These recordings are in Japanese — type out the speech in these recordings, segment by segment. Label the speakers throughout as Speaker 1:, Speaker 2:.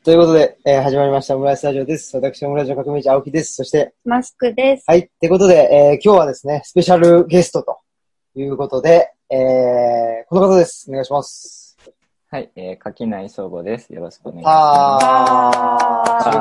Speaker 1: ということで、始まりましたオムライスラジオです。私、オムライスの革命児青木です。そして、
Speaker 2: マスクです。
Speaker 1: はい。ということで、今日はですね、スペシャルゲストということで、この方です。お願いします。
Speaker 3: はい、垣内翔吾です。よろしくお願いします。
Speaker 1: と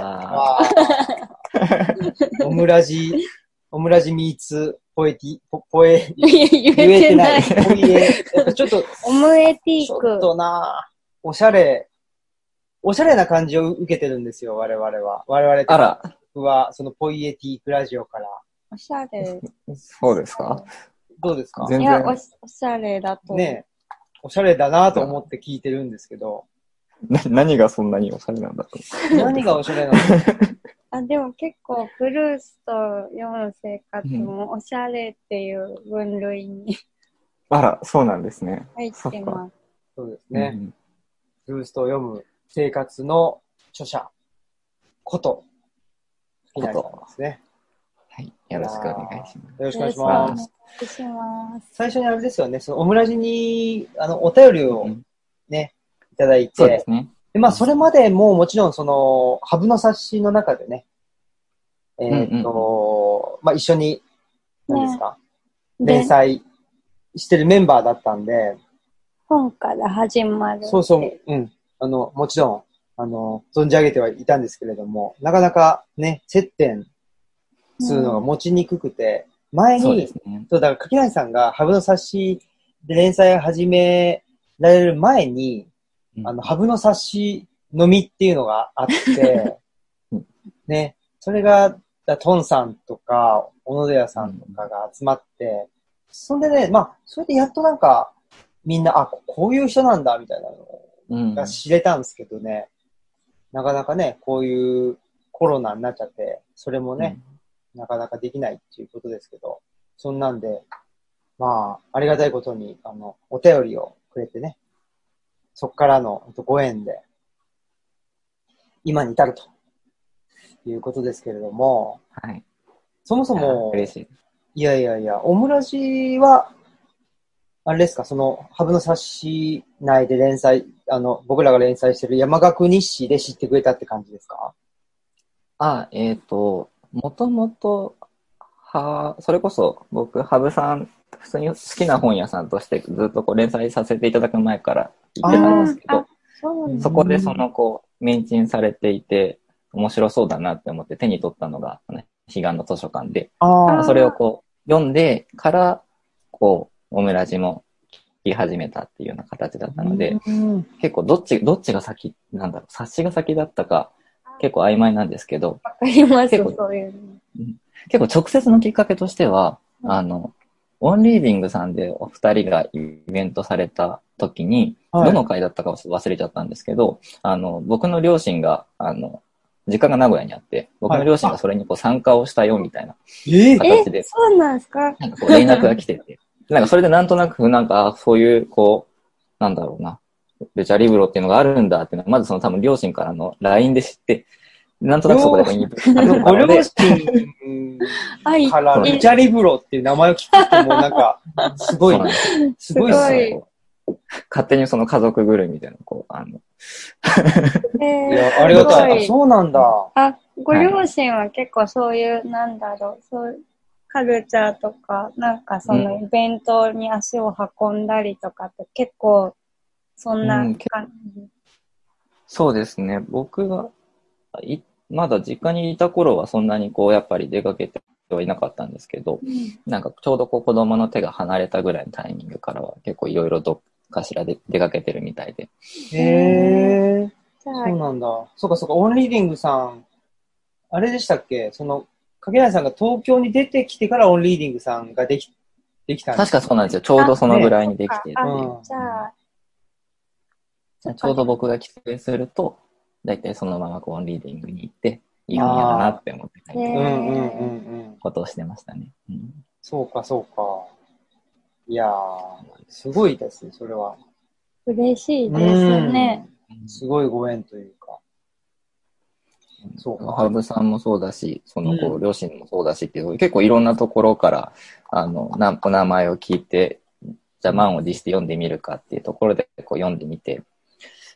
Speaker 1: いうことで、オムラジミーツ、言えてない。やっぱちょっと、
Speaker 2: オムエティーク。
Speaker 1: ちょっとなおしゃれな感じを受けてるんですよ、我々は。僕は、そのポイエティークラジオから。
Speaker 2: おしゃれ。
Speaker 3: そうですか？
Speaker 1: どうですか？
Speaker 2: いや、おしゃれだと。
Speaker 1: ねえ。おしゃれだなと思って聞いてるんですけど。
Speaker 3: 何がそんなにおしゃれなんだと。
Speaker 1: 何がおしゃれなんですか？
Speaker 2: でも結構、ブルースと読む生活もおしゃれっていう分類に、
Speaker 3: あら、そうなんですね。
Speaker 2: 入ってます。
Speaker 1: そうですね。ブルースと読む生活の著者こと木内さんですね。
Speaker 3: はい、よろしくお願いします。
Speaker 1: よろしくお願いします。最初にあれですよね、そのオムラジにお便りをね、いただいて、
Speaker 3: そうですね。
Speaker 1: でまあそれまでももちろんそのハブの冊子の中でね、まあ一緒に何ですか、連載してるメンバーだったんで、
Speaker 2: 本から始まる。
Speaker 1: そうそう、もちろん、存じ上げてはいたんですけれども、なかなかね、接点するのが持ちにくくて、前に、だから垣内さんがハブの冊子で連載を始められる前に、ハブの冊子飲みっていうのがあって、ね、それが、トンさんとか、小野寺さんとかが集まって、そんでね、まあ、それでやっとなんか、みんな、こういう人なんだ、みたいなのが知れたんですけどね、なかなかね、こういうコロナになっちゃって、それもね、なかなかできないっていうことですけど、そんなんで、まあ、ありがたいことに、お便りをくれてね、そっからのご縁で、今に至るということですけれども、
Speaker 3: はい。
Speaker 1: そもそも、
Speaker 3: 嬉しい。
Speaker 1: いや、オムラジは、あれですか、その、ハブの冊子内で連載、僕らが連載してる山岳日誌で知ってくれたって感じですか？
Speaker 3: もともと、それこそ僕、ハブさん、普通に好きな本屋さんとしてずっとこう連載させていただく前から言ってたんですけど、そこでメンシンされていて、面白そうだなって思って手に取ったのが、彼岸の図書館で、それを読んでから、オムラジも聞き始めたっていうような形だったので、結構どっちが先、冊子が先だったか、結構曖昧なんですけど、
Speaker 2: わかります、そういうの。
Speaker 3: 結構直接のきっかけとしては、オンリーディングさんでお二人がイベントされた時に、どの回だったか忘れちゃったんですけど、僕の両親が、実家が名古屋にあって、僕の両親がそれに参加をしたよみたいな形で、
Speaker 2: そうなんですか？
Speaker 3: 連絡が来てて、それでなんとなくそういう、なんだろうな、ルチャリブロっていうのがあるんだっていうのは、まず多分両親からの LINE で知って、なんとなくそこで
Speaker 1: ご両親からルチャリブロっていう名前を聞くともうなんか、すごいですね。
Speaker 3: 勝手にその家族ぐるみみたいな、
Speaker 1: いや、ありがたい。そうなんだ。
Speaker 2: ご両親は結構そういう、そういうカルチャーとか、そのイベントに足を運んだりとかって結構、そんな感じ。
Speaker 3: そうですね。僕が、まだ実家にいた頃はそんなにやっぱり出かけてはいなかったんですけど、ちょうど子供の手が離れたぐらいのタイミングからは結構いろいろどっかしらで出かけてるみたいで。
Speaker 1: へー。そうなんだ。そうか、オンリーディングさん、あれでしたっけ？その、垣内さんが東京に出てきてからオンリーディングさんができたんですか？
Speaker 3: 確かそうなんですよ。ちょうどそのぐらいにできて。
Speaker 2: じゃあ
Speaker 3: ちょうど僕が帰省すると、だいたいそのままオンリーディングに行って、いい本屋だなって思ってことをしてましたね。
Speaker 1: そうか。いやー、すごいですね、それは。
Speaker 2: 嬉しいですね。
Speaker 1: すごいご縁というか。
Speaker 3: そうか。ハブさんもそうだし、両親もそうだしっていう、結構いろんなところから、お名前を聞いて、じゃあ満を持して読んでみるかっていうところで読んでみて、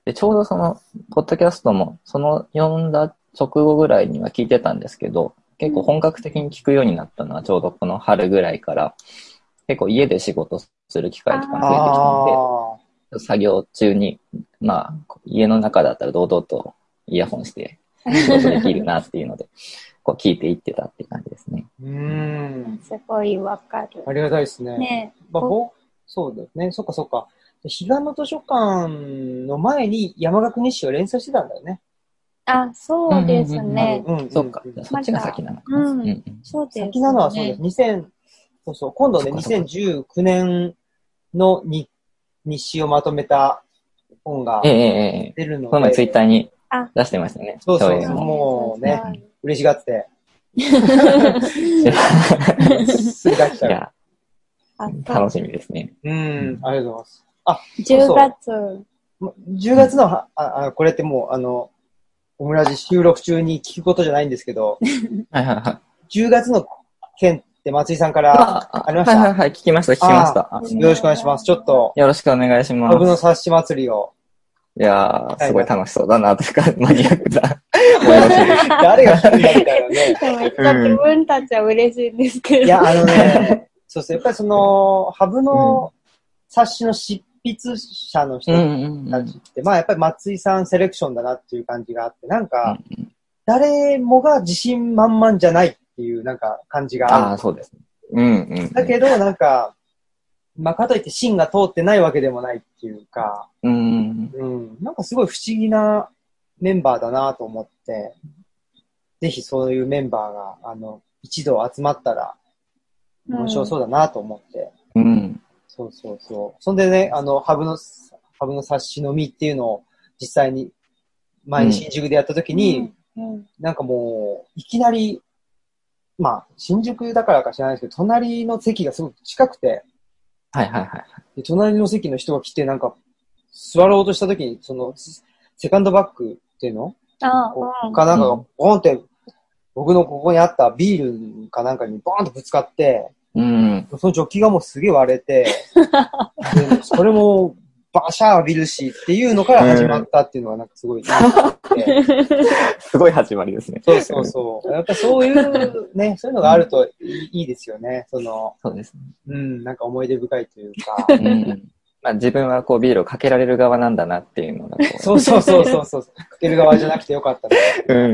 Speaker 3: で、ちょうどその、ポッドキャストも、その読んだ直後ぐらいには聞いてたんですけど、結構本格的に聞くようになったのはちょうどこの春ぐらいから、結構家で仕事する機会とか増えてきたので、作業中に、まあ、家の中だったら堂々とイヤホンして仕事できるなっていうので、こう聞いていってたって感じですね。
Speaker 2: すごいわかる。
Speaker 1: ありがたいですね。ね、まあ、そうですね。そっかそっか。彼岸の図書館の前に山岳日誌を連載してたんだよね。
Speaker 2: あ、そうですね。
Speaker 3: そっか。そっちが先なのかな。
Speaker 2: そうですね。
Speaker 1: 先なのはそうです。そうそう。今度ね、2019年の日誌をまとめた本が出るので。
Speaker 3: この前ツイッターに出してましたね。
Speaker 1: そうそう。もうね、嬉しがって。すぐ出しちゃ
Speaker 3: う。楽しみですね。
Speaker 1: ありがとうございます。
Speaker 2: 10月。
Speaker 1: 10月の、これってもう、オムラジ収録中に聞くことじゃないんですけど、10月の件って松井さんからありました？
Speaker 3: はい、聞きました。
Speaker 1: よろしくお願いします。ちょっと。
Speaker 3: よろしくお願いします。
Speaker 1: 僕の冊子祭りを。
Speaker 3: いやー、すごい楽しそうだな、とか、マニアックだ。
Speaker 1: 誰が聞くんだみたいなね。
Speaker 2: めっちゃ自分たちは嬉しいんですけど。
Speaker 1: いや、そうですね。やっぱりハブの冊子の執筆者の人たちって、まあやっぱり松井さんセレクションだなっていう感じがあって、なんか、誰もが自信満々じゃないっていうなんか感じがある。
Speaker 3: そうですね。
Speaker 1: だけど、なんか、まあかといって芯が通ってないわけでもないっていうか、なんかすごい不思議なメンバーだなと思って、ぜひそういうメンバーが、一度集まったら、面白そうだなと思って。そうそうそう。そんでね、ハブの冊子のみっていうのを実際に前に新宿でやった時に、なんかもう、いきなり、まあ、新宿だからか知らないですけど、隣の席がすごく近くて、で隣の席の人が来て、なんか、座ろうとした時に、セカンドバッグっていうのかなんかが、ボーンって、僕のここにあったビールかなんかにボーンとぶつかって、そのジョッキがもうすげえ割れて、でそれもバシャー浴びるしっていうのから始まったっていうのがなんかすごい
Speaker 3: すごい始まりですね。
Speaker 1: そうそうそう。やっぱそういうね、そういうのがあるといいですよね。
Speaker 3: そうですね。
Speaker 1: なんか思い出深いというか。
Speaker 3: まあ自分はこうビールをかけられる側なんだなっていうのが
Speaker 1: そう。かける側じゃなくてよかったね。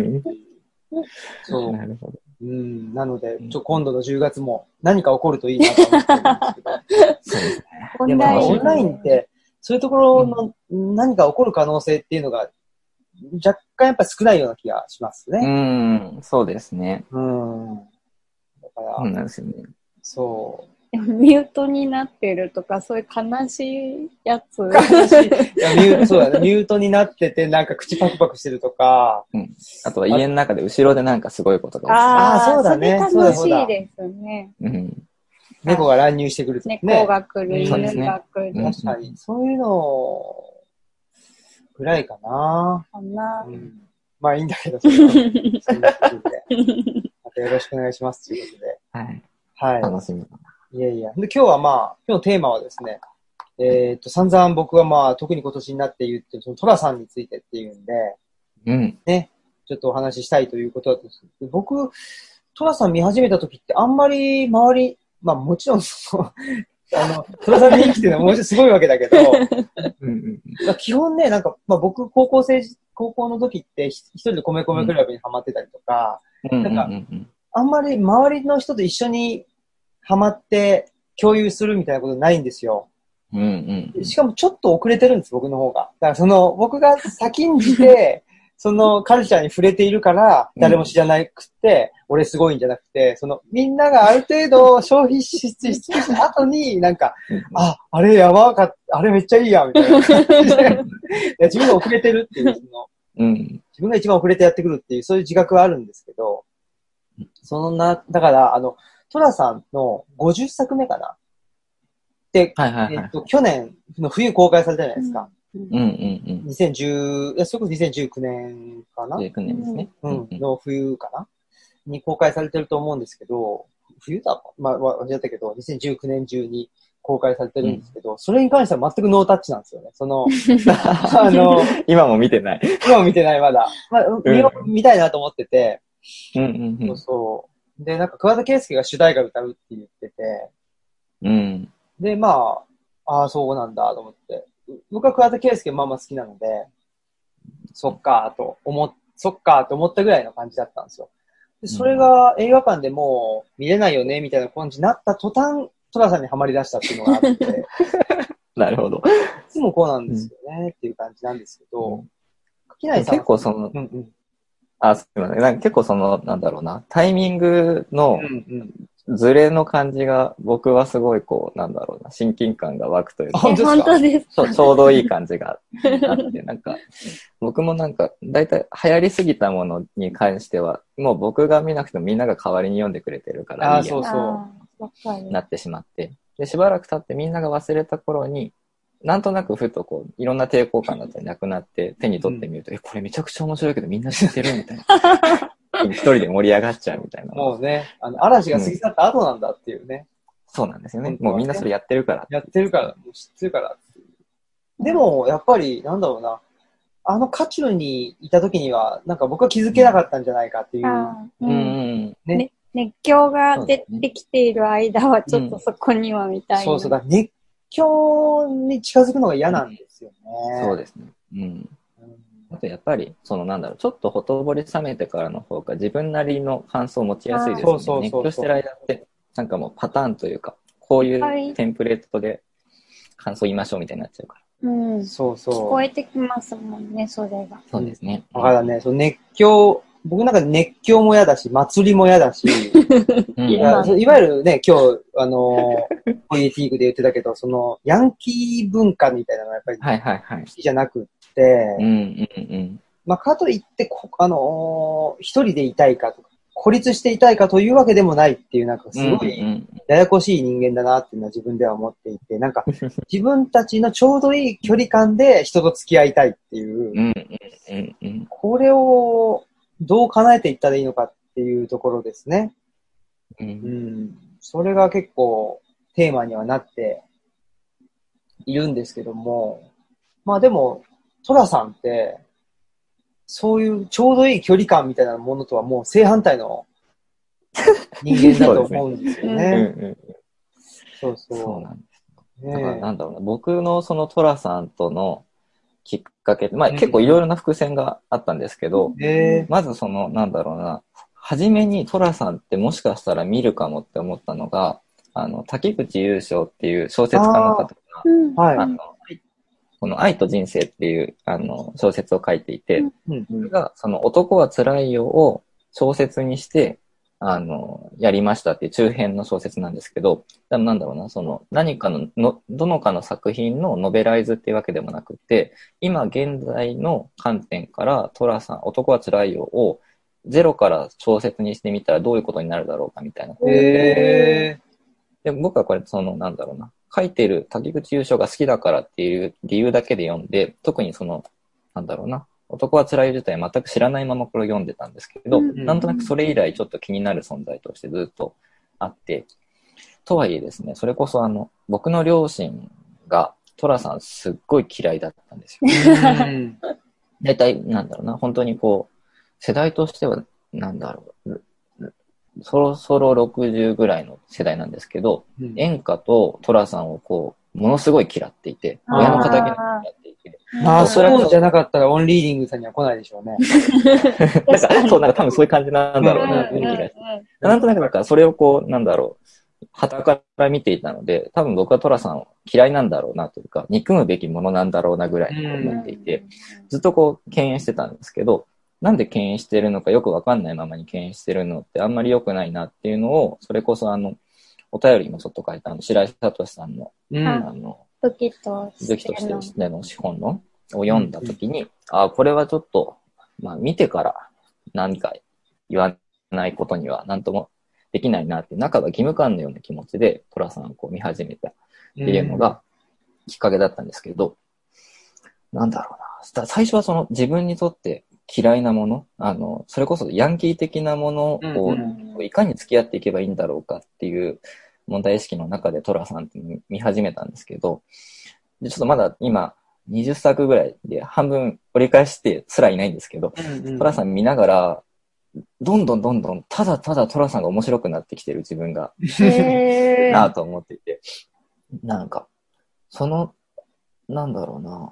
Speaker 1: そう。
Speaker 3: なるほど。
Speaker 1: なので、今度の10月も何か起こるといいなと思ってるんですけど。そうですね。でもオンラインって、そういうところの何か起こる可能性っていうのが、若干やっぱ少ないような気がしますね。
Speaker 3: そうですね。
Speaker 1: だから、
Speaker 3: そうなんですよね。
Speaker 1: そう。
Speaker 2: ミュートになってるとか、そういう悲しいやつ。
Speaker 1: 悲しい。そうだね。ミュートになってて、なんか口パクパクしてるとか。
Speaker 3: あとは家の中で後ろでなんかすごいことが
Speaker 2: 起きてる。
Speaker 1: そうだね。
Speaker 2: それ楽しいですね。
Speaker 1: 猫が乱入してくるとかね。
Speaker 2: 猫が来る、犬が来る。
Speaker 1: 確かに。そういうのぐらいかな。まあいいんだけど、そんなことで。またよろしくお願いしますということで。
Speaker 3: はい。楽しみだな。
Speaker 1: いやいや。で、今日のテーマはですね、散々僕はまあ、特に今年になって言ってる、トラさんについてっていうんで、ね、ちょっとお話ししたいということです。僕、トラさん見始めた時ってあんまり周り、まあもちろんトラさんで生きてるのはもちろんすごいわけだけど、基本ね、なんか、まあ僕、高校の時って一人で米米クラブにハマってたりとか、なんか、あんまり周りの人と一緒にハマって共有するみたいなことないんですよ。しかもちょっと遅れてるんです、僕の方が。だから僕が先んじて、そのカルチャーに触れているから、誰も知らなくて、俺すごいんじゃなくて、みんながある程度消費しした後に、なんか、あれやばかった、あれめっちゃいいや、みたいな感じで。自分が遅れてるっていう、自分が一番遅れてやってくるっていう、そういう自覚はあるんですけど、だから、トラさんの50作目かなで、去年の冬公開されたじゃないですか。2010、それこそ2019年かな
Speaker 3: ?19 年ですね。
Speaker 1: の冬かなに公開されてると思うんですけど、冬だまあ、忘れちゃったけど、2019年中に公開されてるんですけど、それに関しては全くノータッチなんですよね。
Speaker 3: 今も見てない。
Speaker 1: 今も見てない、まだ。まあ、見たいなと思ってて。
Speaker 3: そう
Speaker 1: そう。で、なんか桑田佳祐が主題歌歌うって言ってて。で、まあ、そうなんだと思って。僕は桑田佳祐まあまあ好きなので、そっかと思ったぐらいの感じだったんですよ。で、それが映画館でもう見れないよね、みたいな感じになった途端、トラさんにハマり出したっていうのがあって。
Speaker 3: なるほど。
Speaker 1: いつもこうなんですよね、っていう感じなんですけど、
Speaker 3: 柿内さん結構すみません。なんか結構なんだろうな、タイミングのズレの感じが、僕はすごいなんだろうな、親近感が湧くというか。
Speaker 2: 本当ですか？
Speaker 3: ちょうどいい感じがあって、なんか、僕もなんか、だいたい流行りすぎたものに関しては、もう僕が見なくてもみんなが代わりに読んでくれてるからいいやなってしまって。で、しばらく経ってみんなが忘れた頃に、なんとなくふといろんな抵抗感だったりなくなって手に取ってみると、これめちゃくちゃ面白いけどみんな知ってるみたいな。一人で盛り上がっちゃうみたいな。
Speaker 1: もうね、嵐が過ぎ去った後なんだっていうね。
Speaker 3: そうなんですよね。もうみんなそれやってるから。
Speaker 1: もう知ってるからっていう。でも、やっぱり、なんだろうな。渦中にいた時には、なんか僕は気づけなかったんじゃないかっていう。
Speaker 2: 熱狂が出てきている間は、ちょっとそこにはみたいな。
Speaker 1: そうそうだ。熱狂に近づくのが嫌なんですよね。
Speaker 3: そうですね。あとやっぱり、なんだろう、ちょっとほとぼり冷めてからの方が自分なりの感想を持ちやすいですよね。熱狂してる間って、なんかもうパターンというか、こういうテンプレートで感想言いましょうみたいになっちゃうから。
Speaker 2: そうそう。聞こえてきますもんね、それが。
Speaker 3: そうですね。
Speaker 1: だからね、熱狂、僕なんか熱狂も嫌だし、祭りも嫌だし、いわゆるね、今日、ポリティークで言ってたけど、ヤンキー文化みたいなのがやっぱり好きじゃなくって、まあ、かといって、一人でいたいかとか、孤立していたいかというわけでもないっていう、なんかすごい、ややこしい人間だなっていうのは自分では思っていて、なんか、自分たちのちょうどいい距離感で人と付き合いたいっていう、これをどう叶えていったらいいのかっていうところですね。それが結構テーマにはなっているんですけども、まあでも、トラさんって、そういうちょうどいい距離感みたいなものとはもう正反対の人間だと思うんですよね。
Speaker 3: そうなんです。だからなんだろうな、僕のトラさんとのきっかけ、まあ結構いろいろな伏線があったんですけど、まずなんだろうな、初めにトラさんってもしかしたら見るかもって思ったのが、滝口優勝っていう小説家の方が、この愛と人生っていう、小説を書いていて、それが、男は辛いよを小説にして、やりましたっていう中編の小説なんですけど、なんだろうな、何かどのかの作品のノベライズっていうわけでもなくて、今現在の観点からトラさん、男は辛いよをゼロから小説にしてみたらどういうことになるだろうかみたいな。で、僕はこれ、なんだろうな、書いてる滝口優勝が好きだからっていう理由だけで読んで、特になんだろうな、男は辛い自体全く知らないままこれを読んでたんですけど、なんとなくそれ以来ちょっと気になる存在としてずっとあって、とはいえですね、それこそ僕の両親がトラさんすっごい嫌いだったんですよ。大体、なんだろうな、本当に世代としては、なんだろう、そろそろ60ぐらいの世代なんですけど、演歌とトラさんをものすごい嫌っていて、親の敵に嫌っていて。
Speaker 1: まあ、そうじゃなかったらオンリーディングさんには来ないでしょうね。
Speaker 3: なんか多分そういう感じなんだろうな、雰囲気が。なんとなくそれをなんだろう、傍から見ていたので、多分僕はトラさんを嫌いなんだろうなというか、憎むべきものなんだろうなぐらいに思っていて、ずっと敬遠してたんですけど、なんで敬遠してるのかよくわかんないままに敬遠してるのってあんまり良くないなっていうのを、それこそお便りにもちょっと書いた白井聡さんの、
Speaker 2: 武器と
Speaker 3: しての資本のを読んだときに、これはちょっと、まあ見てから何か言わないことには何ともできないなって、中が義務感のような気持ちでトラさんを見始めたっていうのがきっかけだったんですけど、なんだろうな。最初は自分にとって嫌いなもの、それこそヤンキー的なものをいかに付き合っていけばいいんだろうかっていう問題意識の中でトラさんって見始めたんですけど、でちょっとまだ今20作ぐらいで半分折り返してすらいないんですけど、トラさん見ながら、どんどん、ただただトラさんが面白くなってきてる自分が、なぁと思っていて、なんか、なんだろうな、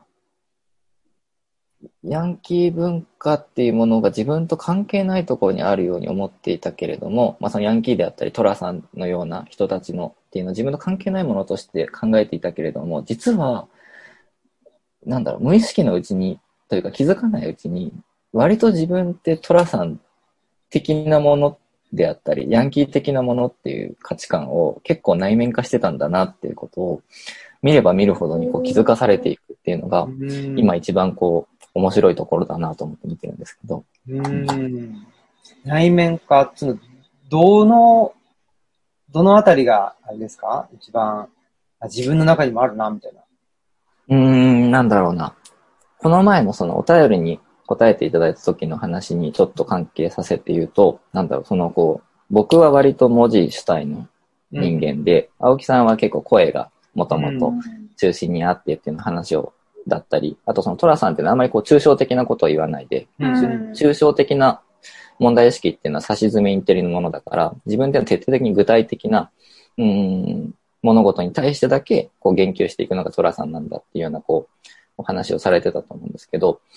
Speaker 3: ヤンキー文化っていうものが自分と関係ないところにあるように思っていたけれども、そのヤンキーであったりトラさんのような人たちのっていうのは自分と関係ないものとして考えていたけれども、実は、無意識のうちに、というか気づかないうちに、割と自分ってトラさん的なものであったり、ヤンキー的なものっていう価値観を結構内面化してたんだなっていうことを、見れば見るほどに気づかされていくっていうのが、今一番面白いところだなと思って見てるんですけど。
Speaker 1: 内面化っていうの、どのあたりが、あれですか？一番、自分の中にもあるな、みたいな。
Speaker 3: なんだろうな。この前のそのお便りに答えていただいた時の話にちょっと関係させて言うと、僕は割と文字主体の人間で、青木さんは結構声がもともと中心にあってっていう話を、だったり、あとそのトラさんっていうのはあんまり抽象的なことを言わないで、抽象的な問題意識っていうのは差し詰めインテリのものだから、自分では徹底的に具体的な、物事に対してだけ言及していくのがトラさんなんだっていうようなお話をされてたと思うんですけど、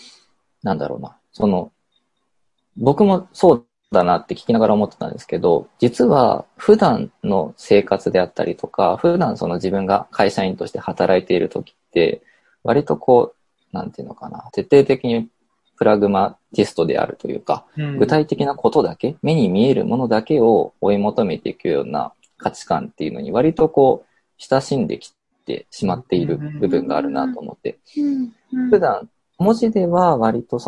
Speaker 3: 僕もそうだなって聞きながら思ってたんですけど、実は普段の生活であったりとか、普段自分が会社員として働いている時って、割と徹底的にプラグマティストであるというか、具体的なことだけ、目に見えるものだけを追い求めていくような価値観っていうのに割と親しんできてしまっている部分があるなと思って、普段文字では割と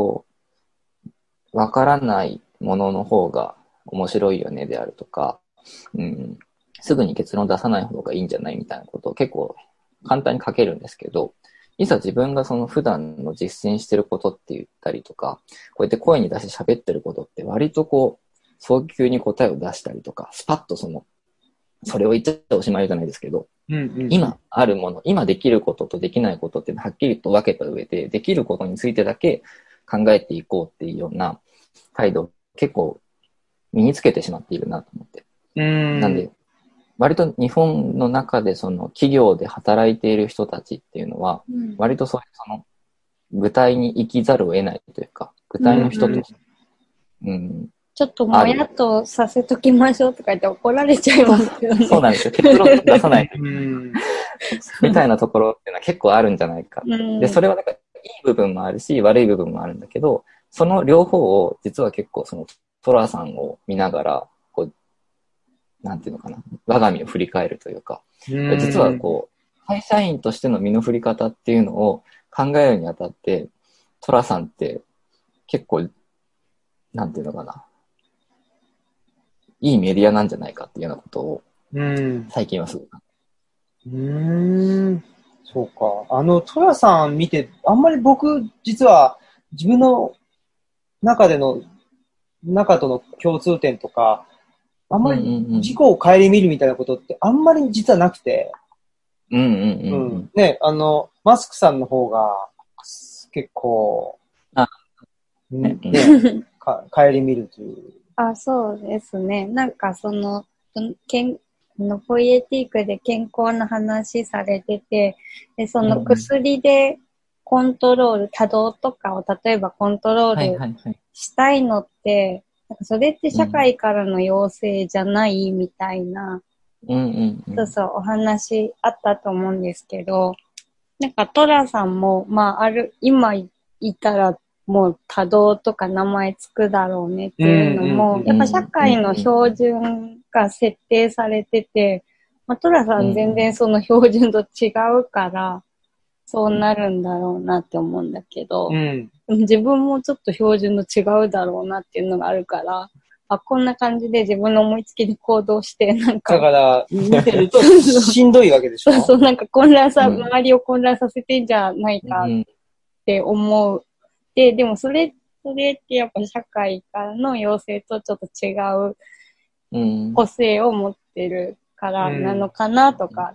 Speaker 3: わからないものの方が面白いよねであるとか、すぐに結論出さない方がいいんじゃないみたいなことを結構簡単に書けるんですけど、いざ自分が普段の実践してることって言ったりとか、こうやって声に出して喋ってることって割と早急に答えを出したりとか、スパッとそれを言っちゃっておしまいじゃないですけど、今あるもの、今できることとできないことっていうのをはっきりと分けた上で、できることについてだけ考えていこうっていうような態度を結構身につけてしまっているなと思って。なんで、割と日本の中で企業で働いている人たちっていうのは、割とそういう具体に生きざるを得ないというか、具体の人と、
Speaker 2: ちょっともやっとさせときましょうとか言って怒られちゃいますよね。
Speaker 3: そうなんですよ。結論出さないみたいなところっていうのは結構あるんじゃないか。で、それはいい部分もあるし、悪い部分もあるんだけど、その両方を実は結構トラさんを見ながら、我が身を振り返るというか、実は会社員としての身の振り方っていうのを考えるにあたって、トラさんって結構、いいメディアなんじゃないかっていうようなことを、最近はすごく。
Speaker 1: そうか。トラさん見て、あんまり僕、実は自分の中との共通点とか、あんまり自己を顧みるみたいなことってあんまり実はなくて。ね、マスクさんの方が結構、顧みるという。
Speaker 2: そうですね。ポイエティックで健康の話されてて、で、薬でコントロール、多動とかを例えばコントロールしたいのって、それって社会からの要請じゃないみたいな、お話あったと思うんですけど、トラさんも、今言ったらもう多動とか名前つくだろうねっていうのも、やっぱ社会の標準が設定されてて、トラさん全然その標準と違うから、そうなるんだろうなって思うんだけど、自分もちょっと標準と違うだろうなっていうのがあるから、こんな感じで自分の思いつきで行動して、
Speaker 1: だから、見てるとしんどいわけでしょ？
Speaker 2: そう、周りを混乱させてんじゃないかって思う。でもそれってやっぱ社会からの要請とちょっと違う個性を持ってるからなのかなとか。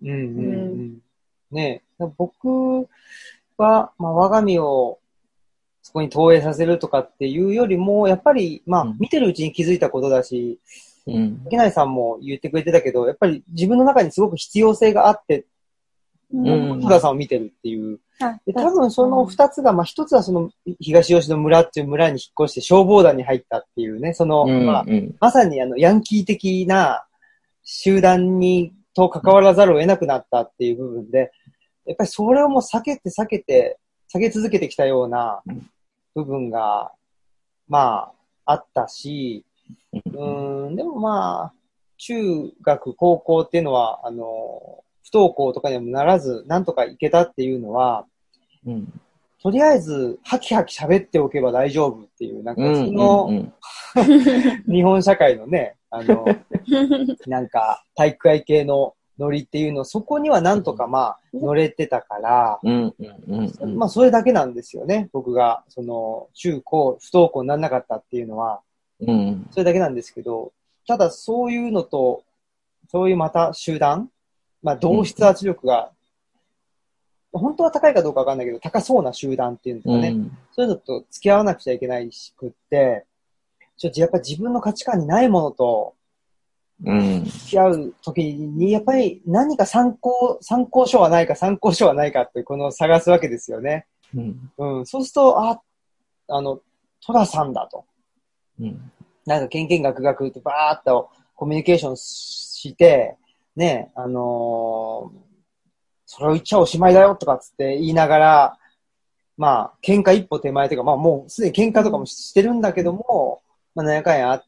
Speaker 1: ね、僕は、まあ、我が身をそこに投影させるとかっていうよりも、やっぱり、まあ、見てるうちに気づいたことだし、竹内さんも言ってくれてたけど、やっぱり自分の中にすごく必要性があって、戸田さんを見てるっていう。で多分その二つが、まあ一つはその東吉野村っていう村に引っ越して消防団に入ったっていうね、その、まさにヤンキー的な集団と関わらざるを得なくなったっていう部分で、やっぱりそれをもう避け続けてきたような部分が、まあ、あったし、でもまあ、中学、高校っていうのは、不登校とかにもならず、なんとか行けたっていうのは、とりあえず、ハキハキ喋っておけば大丈夫っていう、なんか、その、日本社会のね、なんか、体育会系のノリっていうの、そこにはなんとかまあ、乗れてたから、まあ、それだけなんですよね。僕が、その、中高、不登校にならなかったっていうのは、それだけなんですけど、ただそういうのと、そういうまた集団、まあ、同質圧力が、本当は高いかどうかわかんないけど、高そうな集団っていうんですかね。そういうのと付き合わなくちゃいけないしくって、ちょっとやっぱり自分の価値観にないものと、付き合うときに、やっぱり何か参考書はないかってこの探すわけですよね。そうすると、トラさんだと。なんか、けんけんがくがくってバーっとコミュニケーションして、ね、それを言っちゃおしまいだよとかつって言いながら、まあ、喧嘩一歩手前というか、まあもうすでに喧嘩とかもしてるんだけども、まあ何やかんやあって、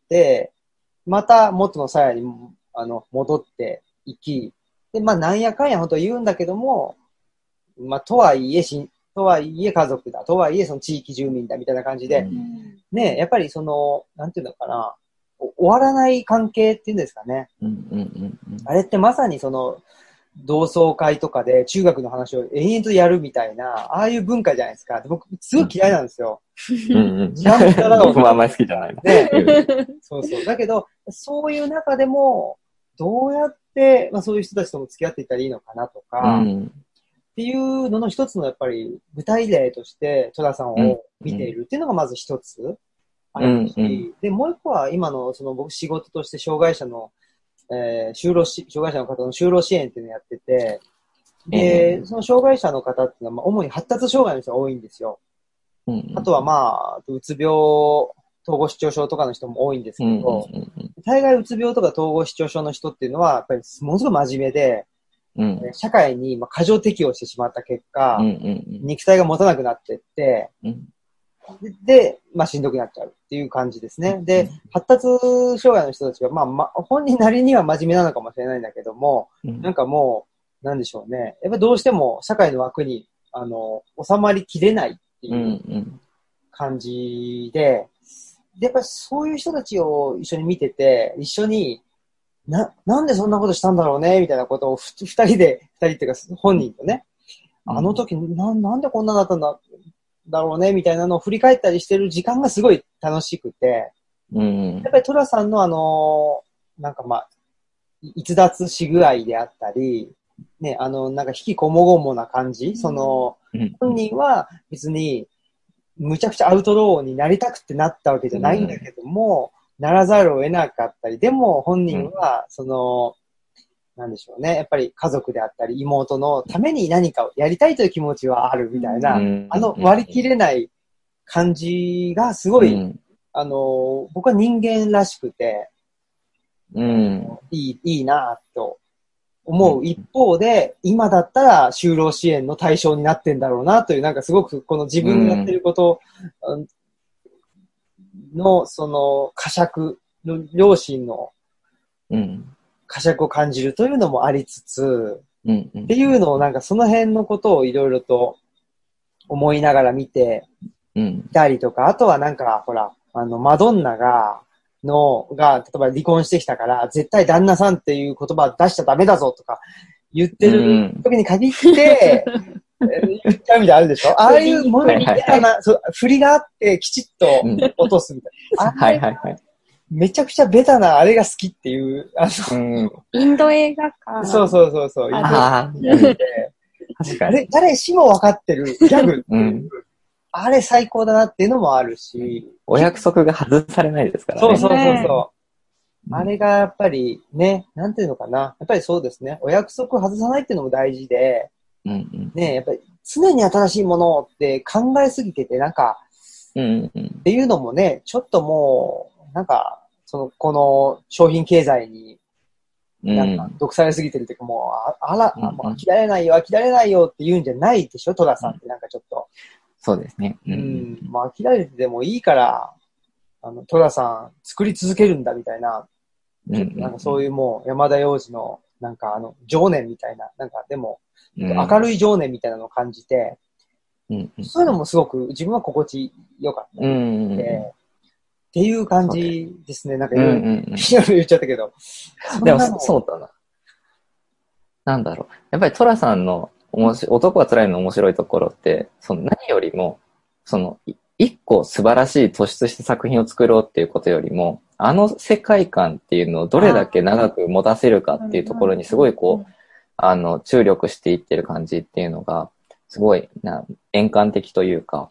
Speaker 1: また元の鞘に、戻っていき、で、まあなんやかんや本当言うんだけども、まあとはいえ家族だ、とはいえその地域住民だみたいな感じで、ね、やっぱりその、なんていうのかな、終わらない関係っていうんですかね。あれってまさにその、同窓会とかで中学の話を延々とやるみたいな、ああいう文化じゃないですか。僕、すごい嫌いなんですよ。
Speaker 3: 僕もあんまり好きじゃない。
Speaker 1: ね。そうそう。だけど、そういう中でも、どうやって、まあそういう人たちとも付き合っていったらいいのかなとか、っていうのの一つのやっぱり具体例として、戸田さんを見ているっていうのがまず一つあるし、で、もう一個は今のその僕仕事として障害者の障害者の方の就労支援っていうのをやってて、で、その障害者の方っていうのは、まあ、主に発達障害の人が多いんですよ。あとはまあ、うつ病、統合失調症とかの人も多いんですけど、大概うつ病とか統合失調症の人っていうのは、やっぱりものすごい真面目で、社会に過剰適応してしまった結果、肉体が持たなくなってって、で、まあ、しんどくなっちゃうっていう感じですね。で、発達障害の人たちが、まあ、本人なりには真面目なのかもしれないんだけども、なんかもう、なんでしょうね。やっぱどうしても社会の枠に、収まりきれないっていう感じで、で、やっぱりそういう人たちを一緒に見てて、一緒に、なんでそんなことしたんだろうね、みたいなことを二人っていうか本人とね、あの時なんでこんなだったんだろうね、みたいなのを振り返ったりしてる時間がすごい楽しくて、やっぱりトラさんのなんかまあ、逸脱し具合であったり、ね、なんか引きこもごもな感じ、本人は別に、むちゃくちゃアウトローになりたくてなったわけじゃないんだけども、ならざるを得なかったり、でも本人は、なんでしょうね。やっぱり家族であったり、妹のために何かをやりたいという気持ちはあるみたいな、割り切れない感じがすごい、僕は人間らしくて、いいなぁと思う一方で、今だったら就労支援の対象になってんだろうなという、なんかすごくこの自分のやってることの、その、呵責の両親の、呵責を感じるというのもありつつ、っていうのをなんかその辺のことをいろいろと思いながら見ていたりとか、あとはなんかほら、マドンナが、例えば離婚してきたから、絶対旦那さんっていう言葉出しちゃダメだぞとか言ってる時に限って、言っちゃうみたいなあるでしょ。ああいうものみたいな、振りがあってきちっと落とすみたいな。 めちゃくちゃベタなあれが好きっていう、
Speaker 2: インド映画か。
Speaker 1: そう。
Speaker 3: ああ、確かに。
Speaker 1: 誰しも分かってるギャグっていう、あれ最高だなっていうのもあるし。
Speaker 3: お約束が外されないですからね。
Speaker 1: そう。あれがやっぱりね、なんていうのかな。やっぱりそうですね。お約束外さないっていうのも大事で、ね、やっぱり常に新しいものって考えすぎてて、なんか、っていうのもね、ちょっともう、なんか、この商品経済に、なんか、毒されすぎてるというか、もう、もう飽きられないよって言うんじゃないでしょ、戸田さんってなんかちょっと。
Speaker 3: そうですね。
Speaker 1: まあ飽きられてでもいいから、戸田さん作り続けるんだみたいな、なんかそういうもう山田洋次の、なんか情念みたいな、なんかでも、明るい情念みたいなのを感じて、そういうのもすごく自分は心地よかったっていう感じですね。なんかいろいろ言っちゃったけど。
Speaker 3: でもそうだな。なんだろう。やっぱりトラさんの男は辛いの面白いところって、何よりも、一個素晴らしい突出した作品を作ろうっていうことよりも、あの世界観っていうのをどれだけ長く持たせるかっていうところにすごい注力していってる感じっていうのが、すごい円環的というか、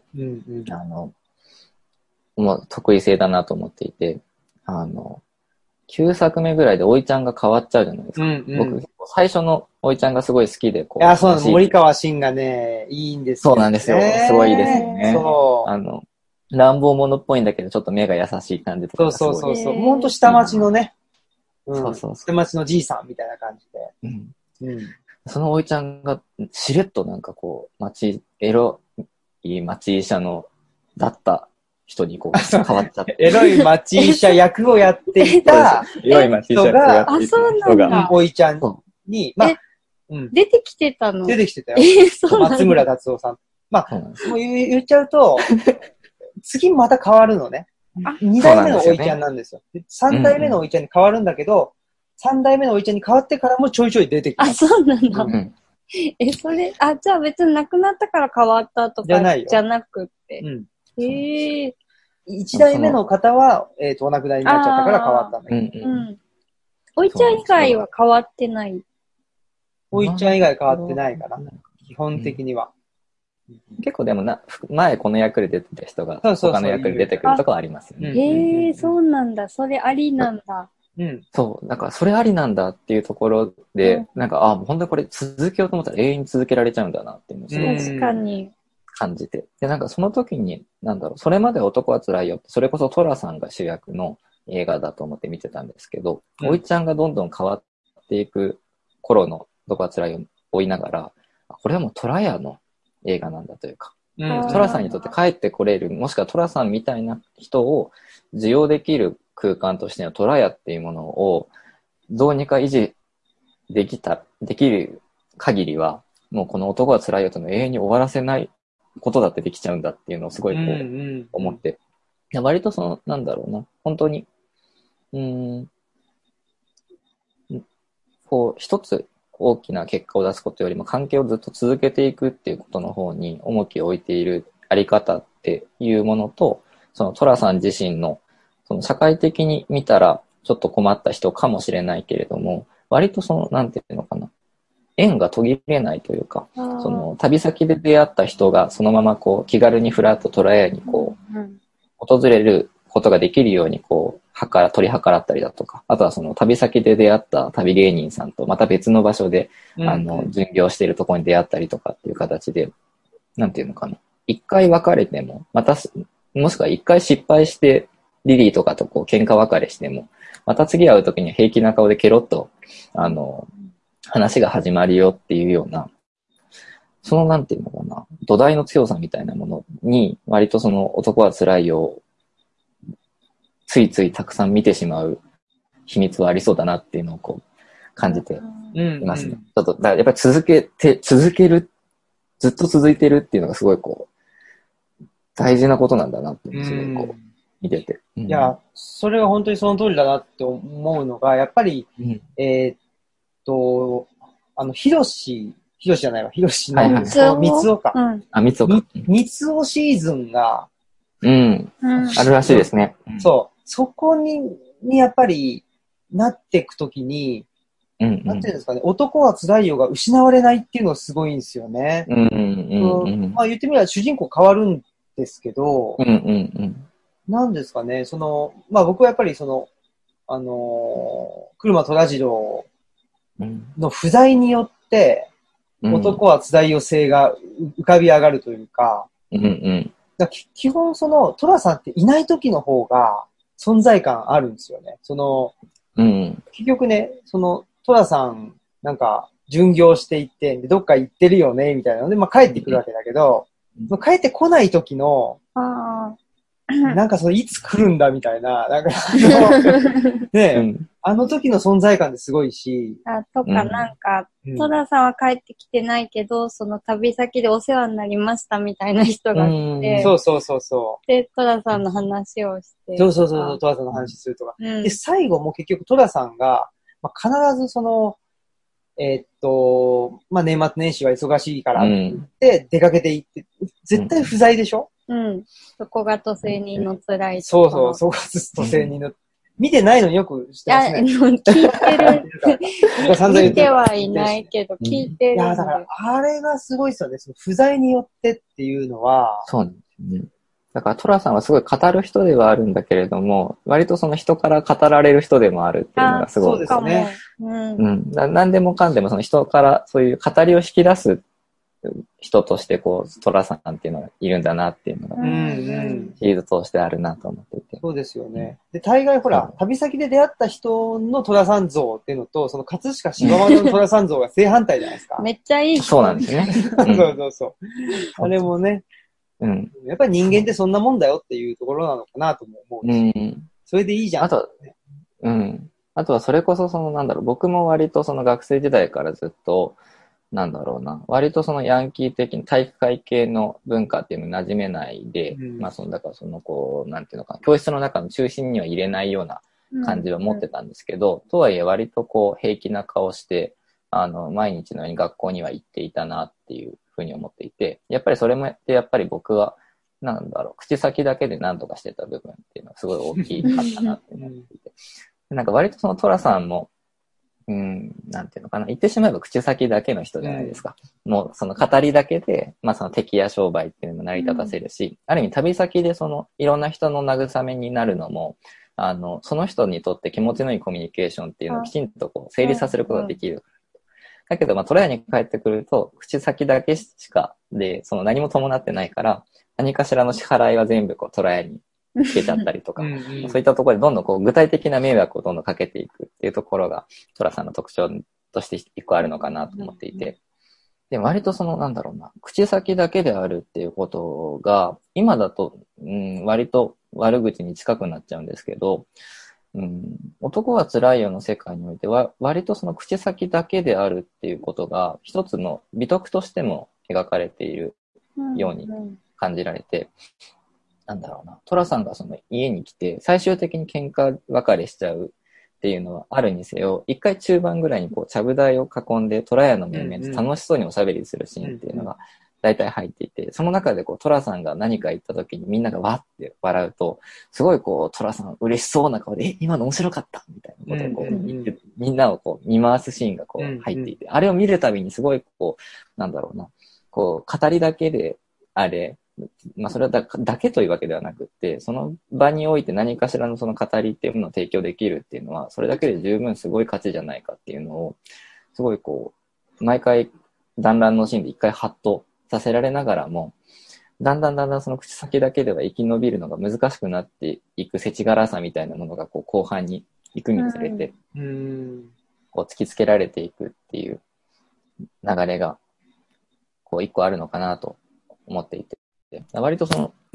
Speaker 3: もう得意性だなと思っていて、9作目ぐらいでおいちゃんが変わっちゃうじゃないですか。僕、最初のおいちゃんがすごい好きで、
Speaker 1: いや、そうなの、森川慎がね、いいんです
Speaker 3: よね。そうなんですよ。すごいいいですよね。乱暴者っぽいんだけど、ちょっと目が優しい感じとか。
Speaker 1: そう。ほんと下町のね、下町のじいさんみたいな感じで。
Speaker 3: そのおいちゃんが、しれっとなんかエロい町医者だった人に変わっちゃって。
Speaker 1: エロい町医者役をやっていた人が、おいちゃんに、
Speaker 2: 出てきてたの？
Speaker 1: 出てきてたよ。松村達夫さん。まあ、もう言っちゃうと、次また変わるのね。2代目のおいちゃんなんですよ。3代目のおいちゃんに変わるんだけど、3代目のおいちゃんに変わってからもちょいちょい出てきた。
Speaker 2: そうなんだ。それ、じゃあ別に亡くなったから変わったとかじゃなくて。1
Speaker 1: 代目の方は、お亡くなりになっちゃったから変わったんだけど。
Speaker 2: おいちゃん以外は変わってない。
Speaker 1: おいちゃん以外変わってないかな。基本的には。
Speaker 3: 結構でも前この役で出てた人が他の役で出てくるとかはありますよ
Speaker 2: ね。そうなんだ。それありなんだ。
Speaker 3: そう。だからそれありなんだっていうところで、なんか、本当にこれ続けようと思ったら永遠に続けられちゃうんだなっていうのをすごく
Speaker 2: 確かに
Speaker 3: 感じて。で、なんかその時に、それまで男は辛いよって、それこそトラさんが主役の映画だと思って見てたんですけど、おいちゃんがどんどん変わっていく頃の男は辛いよを追いながら、これはもうトラヤの映画なんだというか、トラさんにとって帰ってこれる、もしくはトラさんみたいな人を受容できる空間としてのトラヤっていうものをどうにか維持できる限りは、もうこの男は辛いよとの永遠に終わらせないことだってできちゃうんだっていうのをすごい思って。割と本当に、一つ大きな結果を出すことよりも関係をずっと続けていくっていうことの方に重きを置いているあり方っていうものと、そのトラさん自身の社会的に見たらちょっと困った人かもしれないけれども、割となんていうのかな、縁が途切れないというか、旅先で出会った人がそのまま気軽にフラッとトラヤに訪れることができるように取り計らったりだとか、あとは旅先で出会った旅芸人さんとまた別の場所で、巡業しているところに出会ったりとかっていう形で、なんていうのかな、一回別れても、また、もしくは一回失敗して、リリーとかと喧嘩別れしても、また次会うときに平気な顔でケロッと、話が始まるよっていうような、なんていうのかな、土台の強さみたいなものに、割と男は辛いよを、ついついたくさん見てしまう秘密はありそうだなっていうのを感じていますね。ちょっと、だからやっぱり続ける、ずっと続いてるっていうのがすごい大事なことなんだなっていうのをすごい見てて。
Speaker 1: いや、それは本当にその通りだなって思うのが、やっぱり、ヒロシじゃないわ、ヒロシの、三つおか。
Speaker 3: 三つおか。
Speaker 1: 三つおシーズンが、
Speaker 3: あるらしいですね。
Speaker 1: そう。そこににやっぱりなっていくときに、なんていうんですかね、男は辛いよが失われないっていうのがすごいんですよね。まあ言ってみれば主人公変わるんですけど、なんですかね、まあ僕はやっぱり車虎次郎の不在によって、男は辛いよ性が浮かび上がるというか、基本虎さんっていない時の方が存在感あるんですよね。結局ね、虎さん、なんか、巡業していって、でどっか行ってるよね、みたいなので、まあ帰ってくるわけだけど、帰ってこない時の、なんかいつ来るんだみたいな、なんかね、あの時の存在感ってすごいし。
Speaker 2: とか、なんか、戸田さんは帰ってきてないけど、その旅先でお世話になりましたみたいな人がいて、
Speaker 1: そう。
Speaker 2: で、戸田さんの話をして。
Speaker 1: 戸田さんの話するとか。で、最後も結局戸田さんが、まあ、必ずまあ、年末年始は忙しいからって言って出かけていって、絶対不在でしょ？
Speaker 2: そこが都政人の辛い
Speaker 1: ところ。そこが都政人の。見てないのによく知ってますね。
Speaker 2: 聞いてる。見てはいないけど、聞いてる。い
Speaker 1: や、だから、あれがすごいですよね。不在によってっていうのは。
Speaker 3: そうなんですね。だから、トラさんはすごい語る人ではあるんだけれども、割と人から語られる人でもあるっていうのがすごい。
Speaker 1: そうですね。
Speaker 3: 何でもかんでも人からそういう語りを引き出す人としてトラさんっていうのがいるんだなっていうのが、シリーズ通してあるなと思っていて。
Speaker 1: そうですよね。で、大概ほら、旅先で出会った人のトラさん像っていうのと、葛飾柴又のトラさん像が正反対じゃないですか。
Speaker 2: めっちゃいい。
Speaker 3: そうなんですね。
Speaker 1: そう。あれもね、やっぱり人間ってそんなもんだよっていうところなのかなとも思うし、それでいいじゃん。
Speaker 3: あとはそれこそ僕も割と学生時代からずっと、割とヤンキー的に体育会系の文化っていうのに馴染めないで、まあだからなんていうのかな、教室の中の中心には入れないような感じは持ってたんですけど、とはいえ割と平気な顔して、毎日のように学校には行っていたなっていうふうに思っていて、やっぱりそれもやっぱり僕は、口先だけで何とかしてた部分っていうのはすごい大きかったなって思っていて。割とトラさんも、なんていうのかな。言ってしまえば口先だけの人じゃないですか。もう語りだけで、まあ敵や商売っていうのも成り立たせるし、ある意味旅先でいろんな人の慰めになるのも、その人にとって気持ちのいいコミュニケーションっていうのをきちんと整理させることができる。だけど、トラヤに帰ってくると、口先だけしかで、何も伴ってないから、何かしらの支払いは全部トラヤにつけちゃったりとか、そういったところでどんどん具体的な迷惑をどんどんかけていくっていうところが、トラさんの特徴として一個あるのかなと思っていて。で、割と口先だけであるっていうことが、今だと、割と悪口に近くなっちゃうんですけど、男は辛いよの世界においては、割と口先だけであるっていうことが、一つの美徳としても描かれているように感じられて、トラさんが家に来て、最終的に喧嘩別れしちゃうっていうのはあるにせよ、一回中盤ぐらいにちゃぶ台を囲んで、トラヤの面々と楽しそうにおしゃべりするシーンっていうのが大体入っていて、その中でトラさんが何か言った時にみんながわって笑うと、すごいトラさん嬉しそうな顔で、今の面白かったみたいなことを言って、みんなを見回すシーンが入っていて、あれを見るたびにすごい語りだけであれ、まあそれはだけというわけではなくって、その場において何かしらの語りっていうものを提供できるっていうのは、それだけで十分すごい価値じゃないかっていうのを、すごい毎回団らんのシーンで一回ハッとさせられながらも、だんだんその口先だけでは生き延びるのが難しくなっていく世知辛さみたいなものが後半に行くにつれて、突きつけられていくっていう流れが、一個あるのかなと思っていて、割と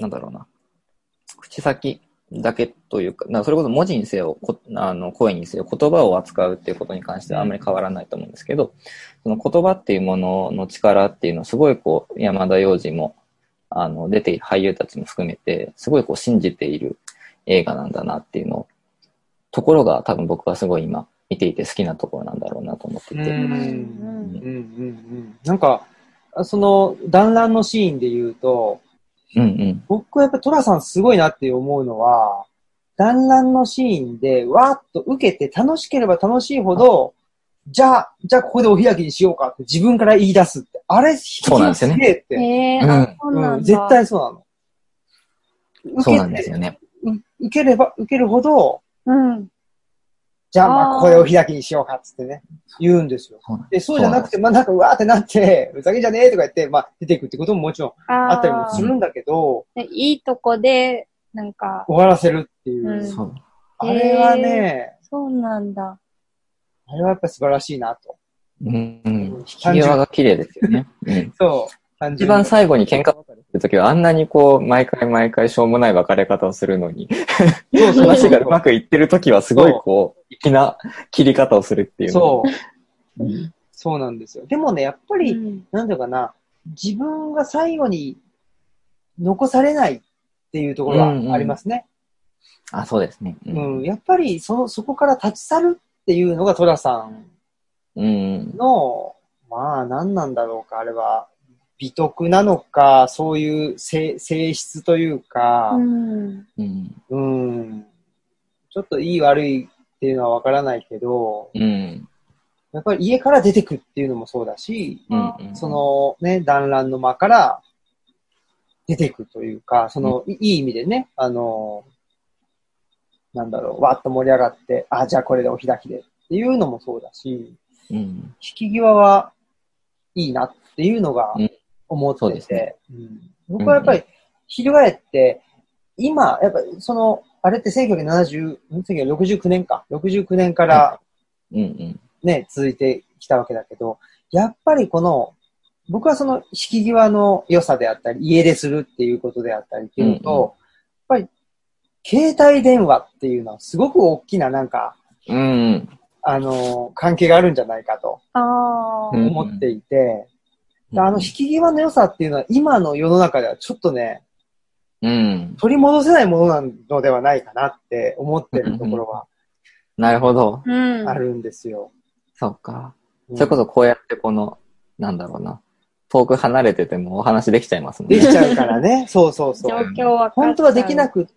Speaker 3: 口先だけというか、それこそ文字にせよ、声にせよ、言葉を扱うっていうことに関してはあんまり変わらないと思うんですけど、その言葉っていうものの力っていうのはすごい山田洋次も、出ている俳優たちも含めて、すごい信じている映画なんだなっていうところが多分僕はすごい今見ていて好きなところなんだろうなと思っていて。
Speaker 1: なんか、団らんのシーンで言うと、僕はやっぱトラさんすごいなって思うのは、 団らんのシーンで、わーっと受けて楽しければ楽しいほど、じゃあここでお開きにしようかって自分から言い出すって。あれ、
Speaker 3: そうなんですよね。
Speaker 1: すげえって。
Speaker 2: そうなんだ。
Speaker 1: 絶対そうなの。
Speaker 3: そうなんですよね。
Speaker 1: 受ければ受けるほど、じゃあまあここでお開きにしようかっつってね、言うんですよ。そうじゃなくて、まあなんかうわーってなって、うざげじゃねえとか言って、まあ出ていくってことももちろんあったりもするんだけど、
Speaker 2: いいとこで、なんか。
Speaker 1: 終わらせるっていう。あれはね、
Speaker 2: そうなんだ。
Speaker 1: あれはやっぱ素晴らしいなと。
Speaker 3: 引き際が綺麗ですよね。
Speaker 1: そう。
Speaker 3: 一番最後に喧嘩別れするときはあんなにこう、毎回しょうもない別れ方をするのに、話がうまくいってるときはすごいこう、粋な切り方をするっていう。
Speaker 1: そう。そうなんですよ。でもね、やっぱり、なんていうかな、自分が最後に残されないっていうところはありますね。
Speaker 3: あ、そうですね。
Speaker 1: やっぱりそこから立ち去るっていうのがトラさんの、まあ何なんだろうか、あれは。美徳なのか、そういう性質というか、ちょっといい悪いっていうのはわからないけど、やっぱり家から出てくっていうのもそうだし、そのね、団らんの間から出てくというか、その、いい意味でね、なんだろう、わーっと盛り上がって、あ、じゃあこれでお開きでっていうのもそうだし、引き際はいいなっていうのが思ってて、僕はやっぱり、翻って、今、やっぱその、あれって1969年か。69年から、ね、続いてきたわけだけど、やっぱりこの、僕はその引き際の良さであったり、家出するっていうことであったりっていうのと、やっぱり、携帯電話っていうのはすごく大きななんか、関係があるんじゃないかと思っていて、引き際の良さっていうのは今の世の中ではちょっとね、取り戻せないものなのではないかなって思ってるところは、
Speaker 3: なるほど。
Speaker 1: あるんですよ。
Speaker 3: そうか。それこそこうやってこの、なんだろうな。遠く離れててもお話できちゃいますもんね。
Speaker 1: できちゃうからね。そうそうそう。
Speaker 2: 状況は
Speaker 1: 本当はできなくって、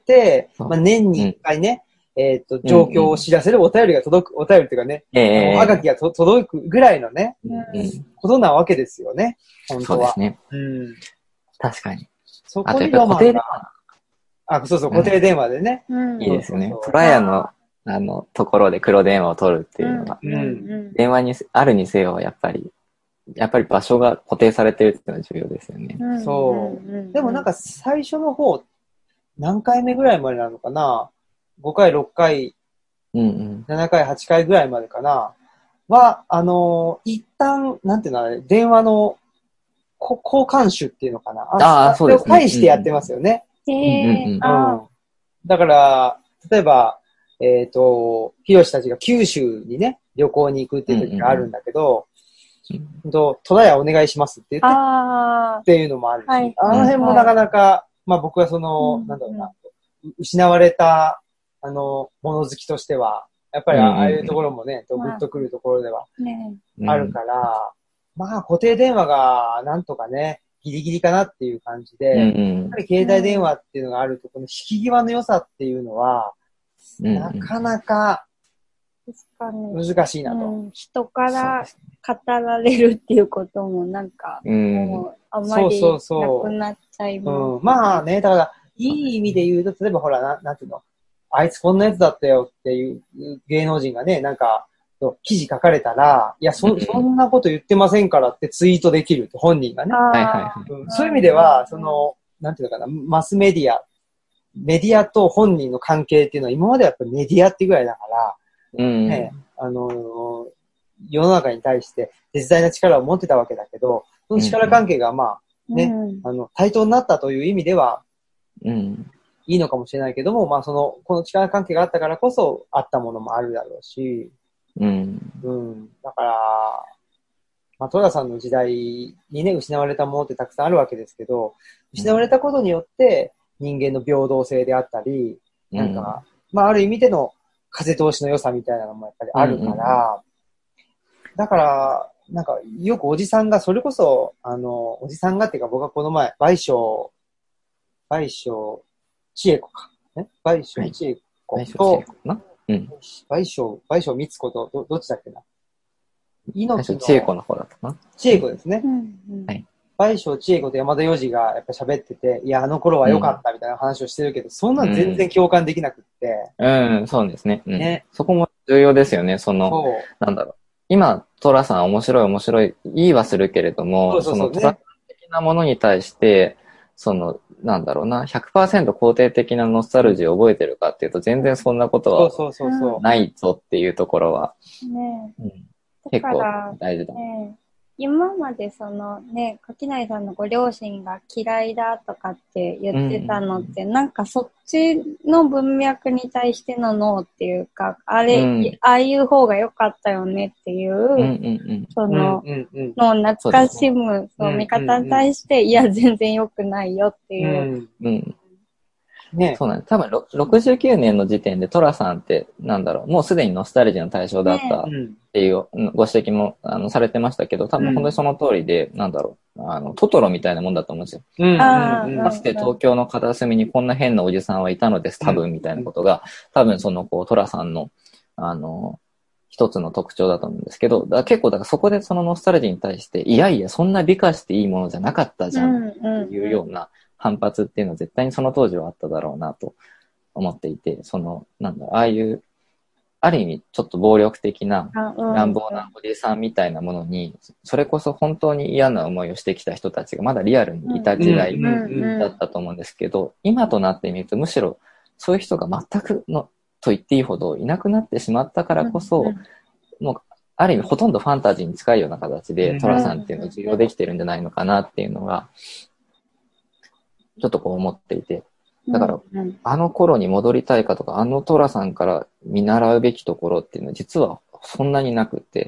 Speaker 1: まあ、年に一回ね、状況を知らせるお便りが届く、お便りっていうかね、おはがきが届くぐらいのね、ことなわけですよね。本当は。
Speaker 3: そうですね。確かに。
Speaker 1: そこにロマンが。そうそう、固定電話でね。
Speaker 3: いいですよね。トラヤの、ところで黒電話を取るっていうのが、電話にあるにせよ、やっぱり場所が固定されてるっていうのは重要ですよね。
Speaker 1: そう。でもなんか最初の方、何回目ぐらいまでなのかな ?5 回、6回、7回、8回ぐらいまでかなは、一旦、なんていうのあれ、電話の交換手っていうのかな
Speaker 3: そうですね。
Speaker 1: それを介してやってますよね。だから、例えば、ヒロシたちが九州にね、旅行に行くっていう時があるんだけど、トラヤお願いしますって言ってっていうのもあるし、あの辺もなかなか、まあ僕はその、なんだろうな、失われた、物好きとしては、やっぱりああいうところもね、グッとくるところではあるから、まあ固定電話がなんとかね、ギリギリかなっていう感じで、やっぱり携帯電話っていうのがあると、この引き際の良さっていうのは、なかなか難しいなと。
Speaker 2: 人から語られるっていうこともなんか、もうあまりなくなっちゃいます。
Speaker 1: まあね、だから、いい意味で言うと、例えばほら、なんていうの、あいつこんなやつだったよっていう芸能人がね、なんか、記事書かれたら、いや、そんなこと言ってませんからってツイートできるって本人がね。そういう意味では、その、なんていうのかな、マスメディアと本人の関係っていうのは今まではやっぱりメディアっていうぐらいだから、ね、世の中に対して絶大な力を持ってたわけだけど、その力関係がまあ、ね、対等になったという意味では、いいのかもしれないけども、まあこの力関係があったからこそあったものもあるだろうし、だから、まあ、トラさんの時代にね、失われたものってたくさんあるわけですけど、失われたことによって人間の平等性であったり、なんか、まあ、ある意味での風通しの良さみたいなのもやっぱりあるから、だから、なんか、よくおじさんが、それこそ、おじさんがっていうか僕はこの前、倍賞千恵子か。倍賞千恵子子
Speaker 3: 倍賞
Speaker 1: と
Speaker 3: 千恵子かな。うん。
Speaker 1: 倍賞光子と、どっちだっけな。
Speaker 3: 猪木千恵子の方だったかな。
Speaker 1: 千恵子ですね。
Speaker 3: はい。
Speaker 1: 倍賞千恵子と山田洋次がやっぱ喋ってて、いや、あの頃は良かったみたいな話をしてるけど、そんなん全然共感できなくって。
Speaker 3: そうですね。
Speaker 1: ね。
Speaker 3: そこも重要ですよね。なんだろう。今、トラさん面白い、言いはするけれども、そのトラさん的なものに対して、なんだろうな、100% 肯定的なノスタルジーを覚えてるかっていうと、全然そんなことはないぞっていうところは、結構大事だ。
Speaker 2: 今まで垣内さんのご両親が嫌いだとかって言ってたのって、なんかそっちの文脈に対してのノーっていうか、ああいう方が良かったよねっていう、のを懐かしむ、見方に対して、いや、全然良くないよっていう。
Speaker 3: ね、そうなんです。多分、69年の時点でトラさんって、なんだろう、もうすでにノスタルジーの対象だったっていうご指摘もされてましたけど、多分本当にその通りで、なんだろう、トトロみたいなもんだと思うんですよ。かつて東京の片隅にこんな変なおじさんはいたのです、多分みたいなことが、多分トラさんの、一つの特徴だと思うんですけど、結構そこでそのノスタルジーに対して、いやいや、そんな美化していいものじゃなかったじゃんっていうような反発っていうのは絶対にその当時はあっただろうなと思っていて、なんだろう、ああいう、ある意味ちょっと暴力的な乱暴なおじさんみたいなものに、それこそ本当に嫌な思いをしてきた人たちがまだリアルにいた時代だったと思うんですけど、今となってみるとむしろそういう人が全くと言っていいほどいなくなってしまったからこそ、もうある意味ほとんどファンタジーに近いような形でトラさんっていうのを受容できてるんじゃないのかなっていうのがちょっとこう思っていて、だから、あの頃に戻りたいかとか、あのトラさんから見習うべきところっていうのは実はそんなになくて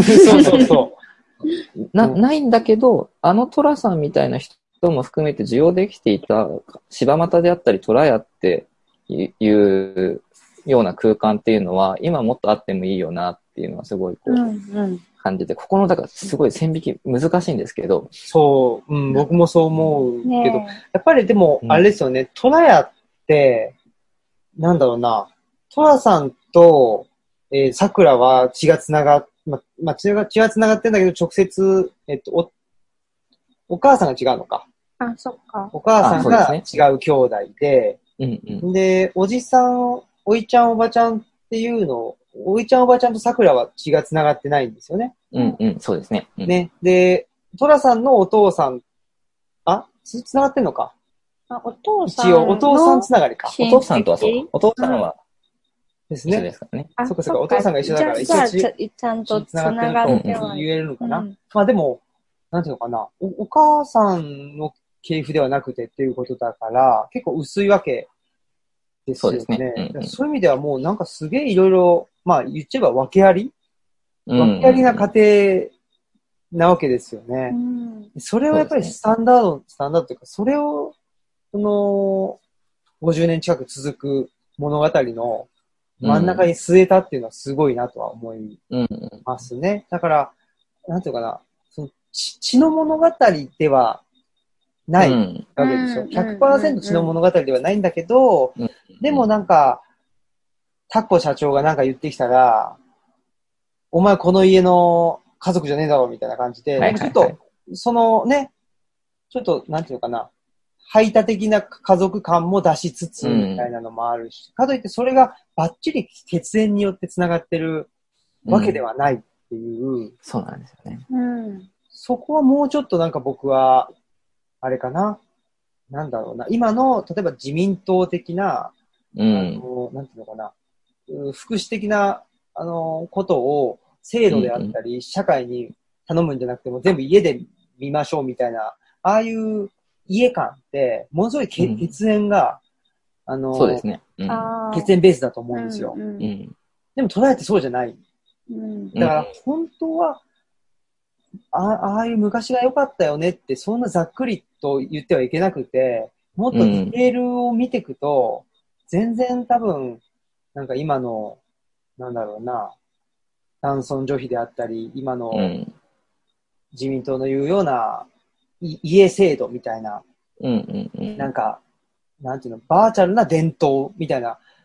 Speaker 3: ないんだけど、あのトラさんみたいな人も含めて受容できていた柴又であったりトラヤっていうような空間っていうのは今もっとあってもいいよなっていうのはすごいこう感じて、ここのだからすごい線引き難しいんですけど、
Speaker 1: そう、僕もそう思うけど、やっぱりでもあれですよね、トラヤってなんだろうな、トラさんと桜は血が繋が血が繋がってんだけど直接お母さんが違うのか。
Speaker 2: あ、そっか。
Speaker 1: お母さんが違う兄弟で、で、おじさん、おいちゃんおばちゃんっていうの、おいちゃんおばちゃんと桜は血が繋がってないんですよね。
Speaker 3: そうですね。
Speaker 1: ね。で、トラさんのお父さん、繋がってんのか。
Speaker 2: お父さん。
Speaker 1: 一応、お父さんつながりか。
Speaker 3: お父さんとはそう。お父さんは、
Speaker 1: ですね。
Speaker 3: 一緒ですからね。
Speaker 1: そっかそっか、お父さんが一緒だから一応
Speaker 2: ちゃんとつながって
Speaker 1: ると言えるのかな。まあでも、なんていうのかな。お母さんの系譜ではなくてっていうことだから、結構薄いわけですよね。そうですね。そういう意味ではもうなんかすげえいろいろ、まあ言っちゃえば訳ありな家庭なわけですよね。それをやっぱりスタンダードというか、それを、50年近く続く物語の真ん中に据えたっていうのはすごいなとは思いますね。だから、なんていうかな、血の物語ではないわけですよ。100% 血の物語ではないんだけど、でもなんか、タッコ社長がなんか言ってきたら、お前この家の家族じゃねえだろみたいな感じで、ちょっと、ちょっと、なんていうのかな、排他的な家族感も出しつつ、みたいなのもあるし、かといってそれがバッチリ血縁によって繋がってるわけではないっていう。
Speaker 3: そうなんですよね。
Speaker 1: そこはもうちょっとなんか僕は、あれかな、なんだろうな、今の、例えば自民党的な、なんていうのかな、福祉的な、ことを制度であったり、社会に頼むんじゃなくても全部家で見ましょうみたいな、ああいう家感って、ものすごい血縁が、
Speaker 3: そうですね。
Speaker 1: 血縁ベースだと思うんですよ。でも捉えてそうじゃない。だから本当は、ああいう昔が良かったよねって、そんなざっくりと言ってはいけなくて、もっとディテールを見ていくと、全然多分、なんか今の、なんだろうな、男尊女卑であったり、今の自民党の言うような、家制度みたいな、なんか、なんていうの、バーチャルな伝統みたいな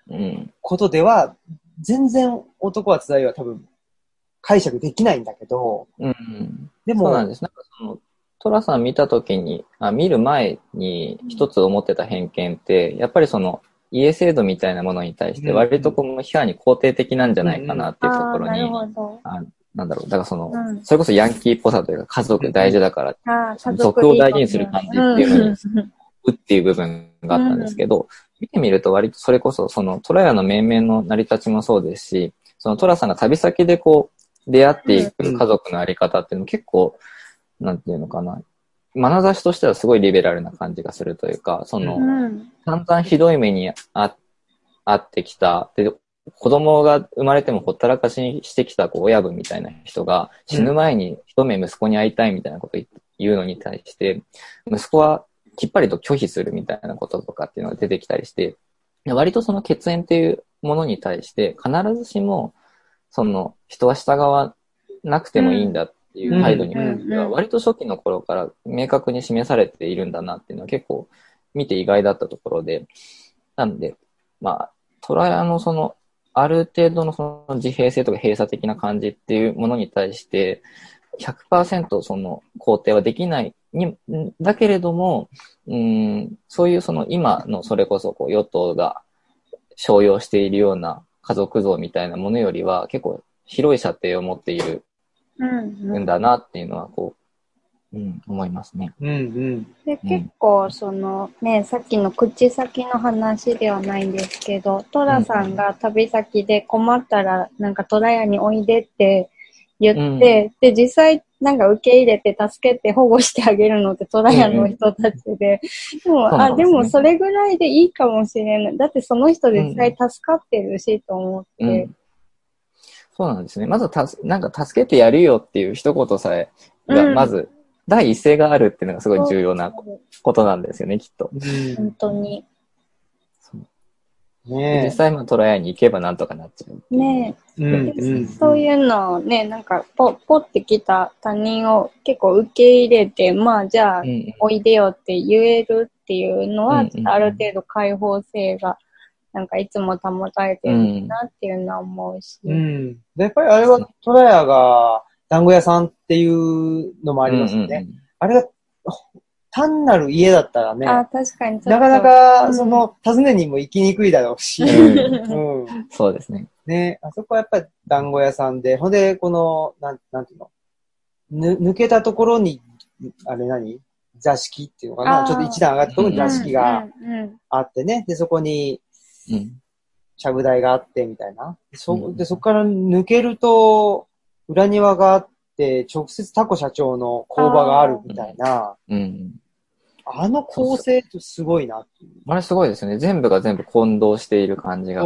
Speaker 1: ことでは、全然男はつらいは多分解釈できないんだけど、
Speaker 3: でも、そうなんです。なんかその、トラさん見たときに、見る前に一つ思ってた偏見って、やっぱりその、家制度みたいなものに対して割とこの批判に肯定的なんじゃないかなっていうところに、なんだろう、だからその、それこそヤンキーっぽさというか家族大事だから、族を大事にする感じっていうのに、っていう部分があったんですけど、見てみると割とそれこそそのトラヤの面々の成り立ちもそうですし、そのトラさんが旅先でこう出会っていく家族のあり方っていうのも結構、なんていうのかな、眼差しとしてはすごいリベラルな感じがするというか、その、散々ひどい目にあってきた、で、子供が生まれてもほったらかしにしてきたこう親分みたいな人が死ぬ前に一目息子に会いたいみたいなことを言うのに対して、息子はきっぱりと拒否するみたいなこととかっていうのが出てきたりして、割とその血縁っていうものに対して必ずしもその人は従わなくてもいいんだっていう態度に関しては割と初期の頃から明確に示されているんだなっていうのは結構見て意外だったところで、なんで、まあ、トラヤのそのある程度のその自閉性とか閉鎖的な感じっていうものに対して 100% その肯定はできないだけれども、そういうその今のそれこそこう与党が商用しているような家族像みたいなものよりは結構広い射程を持っているんだなっていうのはこう、思いますね。
Speaker 2: で、結構そのね、さっきの口先の話ではないんですけど、トラさんが旅先で困ったらなんかトラヤにおいでって言って、で、実際なんか受け入れて助けて保護してあげるのってトラヤの人たちで、でもそれぐらいでいいかもしれない。だってその人実際助かってるしと思って。
Speaker 3: そうなんですね。まずなんか助けてやるよっていう一言さえが、まず第一声があるっていうのがすごい重要なことなんですよね、きっと。
Speaker 2: 本当に。
Speaker 3: 実際トラヤに行けばなんとかなっちゃう。
Speaker 2: ねえ。そういうのをね、なんかポってきた他人を結構受け入れて、まあじゃあおいでよって言えるっていうのは、ある程度開放性がなんかいつも保たれてるなっていうのは思うし。
Speaker 1: やっぱりあれはトラヤが団子屋さんっていうのもありますよね。あれが単なる家だったらね、
Speaker 2: 確かに
Speaker 1: なかなか、その、訪ねにも行きにくいだろうし、
Speaker 3: そうですね。
Speaker 1: ね、あそこはやっぱり団子屋さんで、ほんで、この、なんていうの、抜けたところに、あれ座敷っていうのかな、ちょっと一段上がったところに座敷があってね、で、そこに、ちゃぶ台があって、みたいな。そこから抜けると、裏庭があって、直接タコ社長の工場があるみたいな。あの構成ってすごいなっていう。
Speaker 3: あれすごいですよね。全部が全部混同している感じが。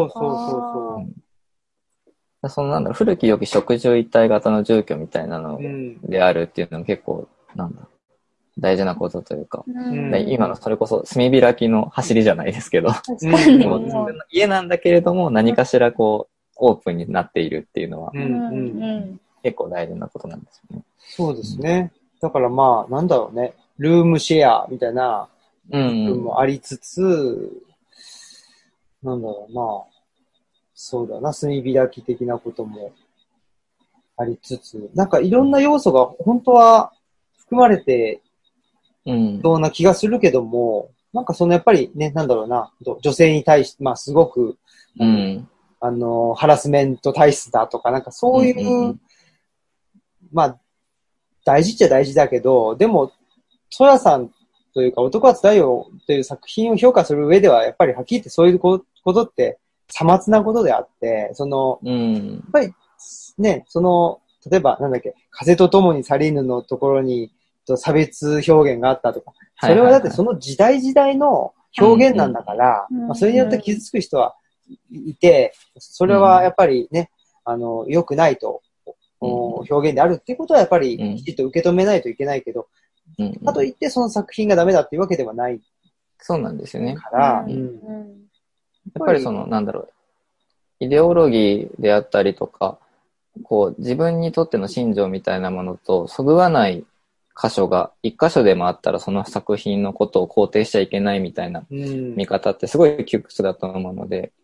Speaker 3: そのなんだろう、古き良き植住一体型の住居みたいなのであるっていうのも結構、なんだ、大事なことというか、今のそれこそ炭開きの走りじゃないですけど、家なんだけれども何かしらこう、オープンになっているっていうのは、結構大事なことなんですよね。
Speaker 1: そうですね。だからまあ、なんだろうね。ルームシェアみたいな部分もありつつ、なんだろうな。そうだな。炭開き的なこともありつつ、なんかいろんな要素が本当は含まれてそうな気がするけども、なんかそのやっぱりね、なんだろうな。女性に対して、まあすごく、ハラスメント体質だとか、なんかそういう、まあ、大事っちゃ大事だけど、でも、トラさんというか、男はつらいよという作品を評価する上では、やっぱりはっきり言ってそういうことってさまつなことであって、その、やっぱりね、その、例えば、なんだっけ、風と共に去りぬのところに差別表現があったとか、それはだってその時代時代の表現なんだから、それによって傷つく人はいて、それはやっぱりね、良くないと、表現であるっていうことはやっぱりきちっと受け止めないといけないけど、かといってその作品がダメだっていうわけではない。
Speaker 3: そうなんですよね。
Speaker 1: から、や
Speaker 3: っぱりその、なんだろう、イデオロギーであったりとか、こう、自分にとっての信条みたいなものとそぐわない箇所が一箇所でもあったらその作品のことを肯定しちゃいけないみたいな見方ってすごい窮屈だと思うので、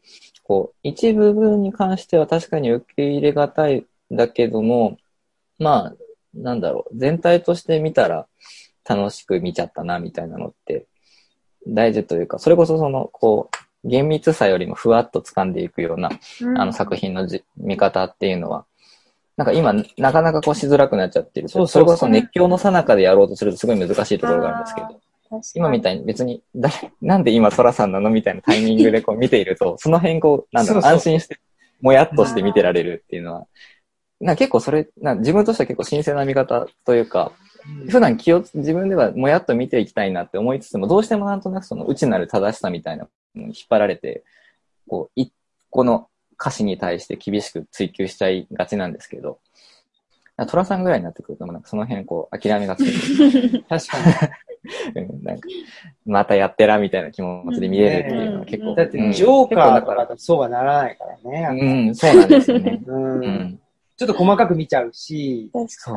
Speaker 3: こう、一部分に関しては確かに受け入れがたいんだけども、まあ、なんだろう、全体として見たら楽しく見ちゃったな、みたいなのって大事というか、それこそその、こう、厳密さよりもふわっと掴んでいくような、作品の見方っていうのは、なんか今、なかなかこうしづらくなっちゃってる。それこそ熱狂の最中でやろうとするとすごい難しいところがあるんですけど、今みたいに別に、なんで今トラさんなのみたいなタイミングでこう見ていると、その辺こう、なんだろう、安心して、もやっとして見てられるっていうのは、なんか結構それ、自分としては結構新鮮な見方というか、普段自分ではもやっと見ていきたいなって思いつつも、どうしてもなんとなくその内なる正しさみたいなのに引っ張られて、こう、一個の歌詞に対して厳しく追求しちゃいがちなんですけど、トラさんぐらいになってくると、なんかその辺こう、諦めがつく。
Speaker 1: 確か
Speaker 3: に。なんか、またやってらみたいな気持ちで見れるっていうのは結構。
Speaker 1: だって、ジョーカーとかだとそうはならないから
Speaker 3: ね。そうなんですよね。
Speaker 1: ちょっと細かく見ちゃうし。
Speaker 3: そう。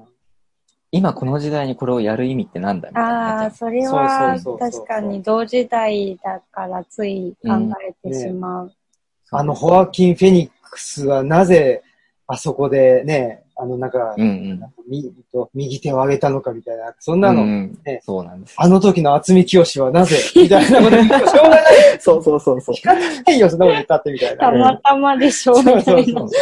Speaker 3: 今この時代にこれをやる意味ってなんだみたいな。
Speaker 2: ああ、それは確かに同時代だからつい考えてしまう。
Speaker 1: ホアキン・フェニックスはなぜあそこでね、なんか、右手を上げたのかみたいな、そんなの、ね、
Speaker 3: そうなんです。
Speaker 1: あの時の渥美清はなぜみたいなこと言ってしょうがない。
Speaker 3: そう。
Speaker 1: 聞かないよ、そんなこと言ったってみたいな。
Speaker 2: たまたまでしょうみたいな。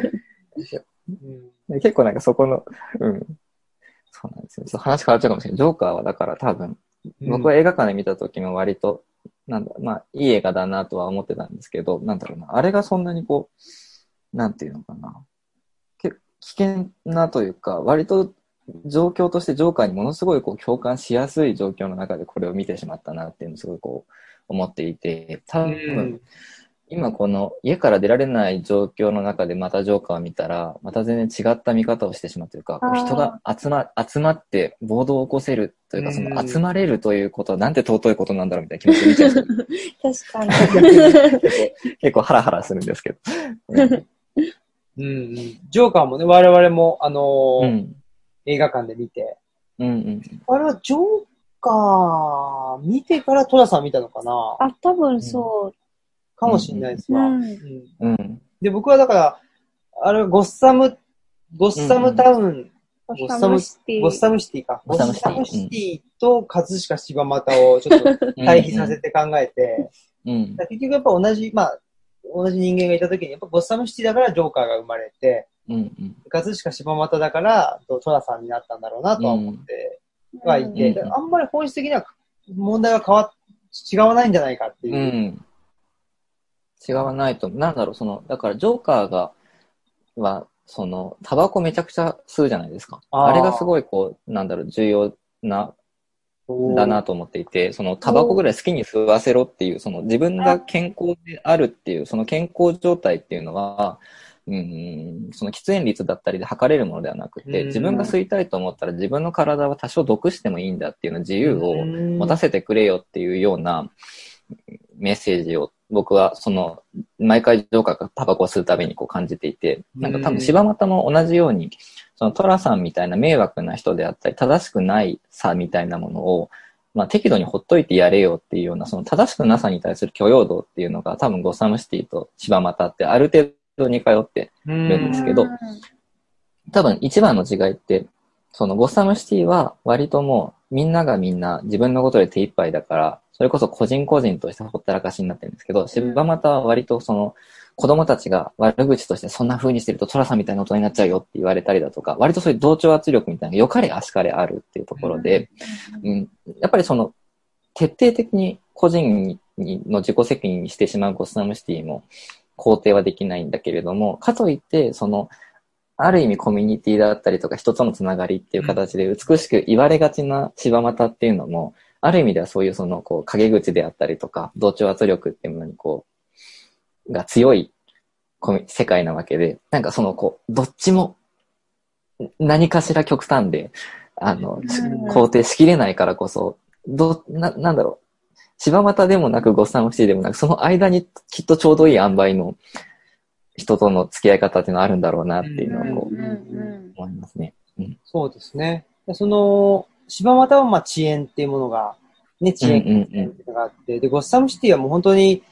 Speaker 3: 結構なんかそこの、そうなんですよ。話変わっちゃうかもしれない。ジョーカーはだから多分、僕は映画館で見た時も割と、いい映画だなとは思ってたんですけど、なんだろうな。あれがそんなにこう、なんていうのかな。危険なというか、割と状況としてジョーカーにものすごいこう共感しやすい状況の中でこれを見てしまったなっていうのをすごいこう思っていて、多分、今この家から出られない状況の中でまたジョーカーを見たら、また全然違った見方をしてしまうというか、人が集まって暴動を起こせるというか、その集まれるということはなんて尊いことなんだろうみたいな気持ちで見ちゃうんです
Speaker 2: よ。確か
Speaker 3: に。結構ハラハラするんですけど。
Speaker 1: ジョーカーもね、我々も、映画館で見て。あれはジョーカー見てからトラさん見たのかな？
Speaker 2: 多分そう。
Speaker 1: かもしれないですわ。で、僕はだから、あれはゴッサムタウン、ゴッサムシティか。ゴッサムシティと葛飾柴又をちょっと対比させて考えて、結局やっぱ同じ人間がいた時に、やっぱゴッサムシティだからジョーカーが生まれて、葛飾柴又だからトラさんになったんだろうなとは思ってはいて、あんまり本質的には問題は違わないんじゃないかっていう。
Speaker 3: 違わないと、なんだろう、だからジョーカーは、タバコめちゃくちゃ吸うじゃないですか。あれがすごい重要だなと思っていて、タバコぐらい好きに吸わせろっていう、自分が健康であるっていう、その健康状態っていうのは、その喫煙率だったりで測れるものではなくて、自分が吸いたいと思ったら自分の体は多少毒してもいいんだっていうの自由を持たせてくれよっていうようなメッセージを僕は毎回ジョーカーがタバコを吸うたびにこう感じていて、なんか多分柴又も同じように、トラさんみたいな迷惑な人であったり、正しくないさみたいなものを、適度にほっといてやれよっていうような、正しくなさに対する許容度っていうのが多分ゴッサムシティと柴又ってある程度に通ってるんですけど、多分一番の違いって、ゴッサムシティは割ともうみんながみんな自分のことで手一杯だから、それこそ個人個人としてほったらかしになってるんですけど、柴又は割と子供たちが悪口としてそんな風にしてるとトラさんみたいな大人になっちゃうよって言われたりだとか、割とそういう同調圧力みたいな良かれ悪かれあるっていうところで、やっぱり徹底的に個人の自己責任にしてしまうゴッサムシティも肯定はできないんだけれども、かといってある意味コミュニティだったりとか人とのつながりっていう形で美しく言われがちな柴又っていうのも、ある意味ではそういう陰口であったりとか、同調圧力っていうものにが強い世界なわけで、なんかどっちも何かしら極端で、肯定しきれないからこそ、なんだろう、柴又でもなくゴッサムシティでもなく、その間にきっとちょうどいい塩梅の人との付き合い方っていうのはあるんだろうなっていうのを思いますね。
Speaker 1: そうですね。柴又は遅延っていうものが、ね、遅延っていうのがあって、で、ゴッサムシティはもう本当に、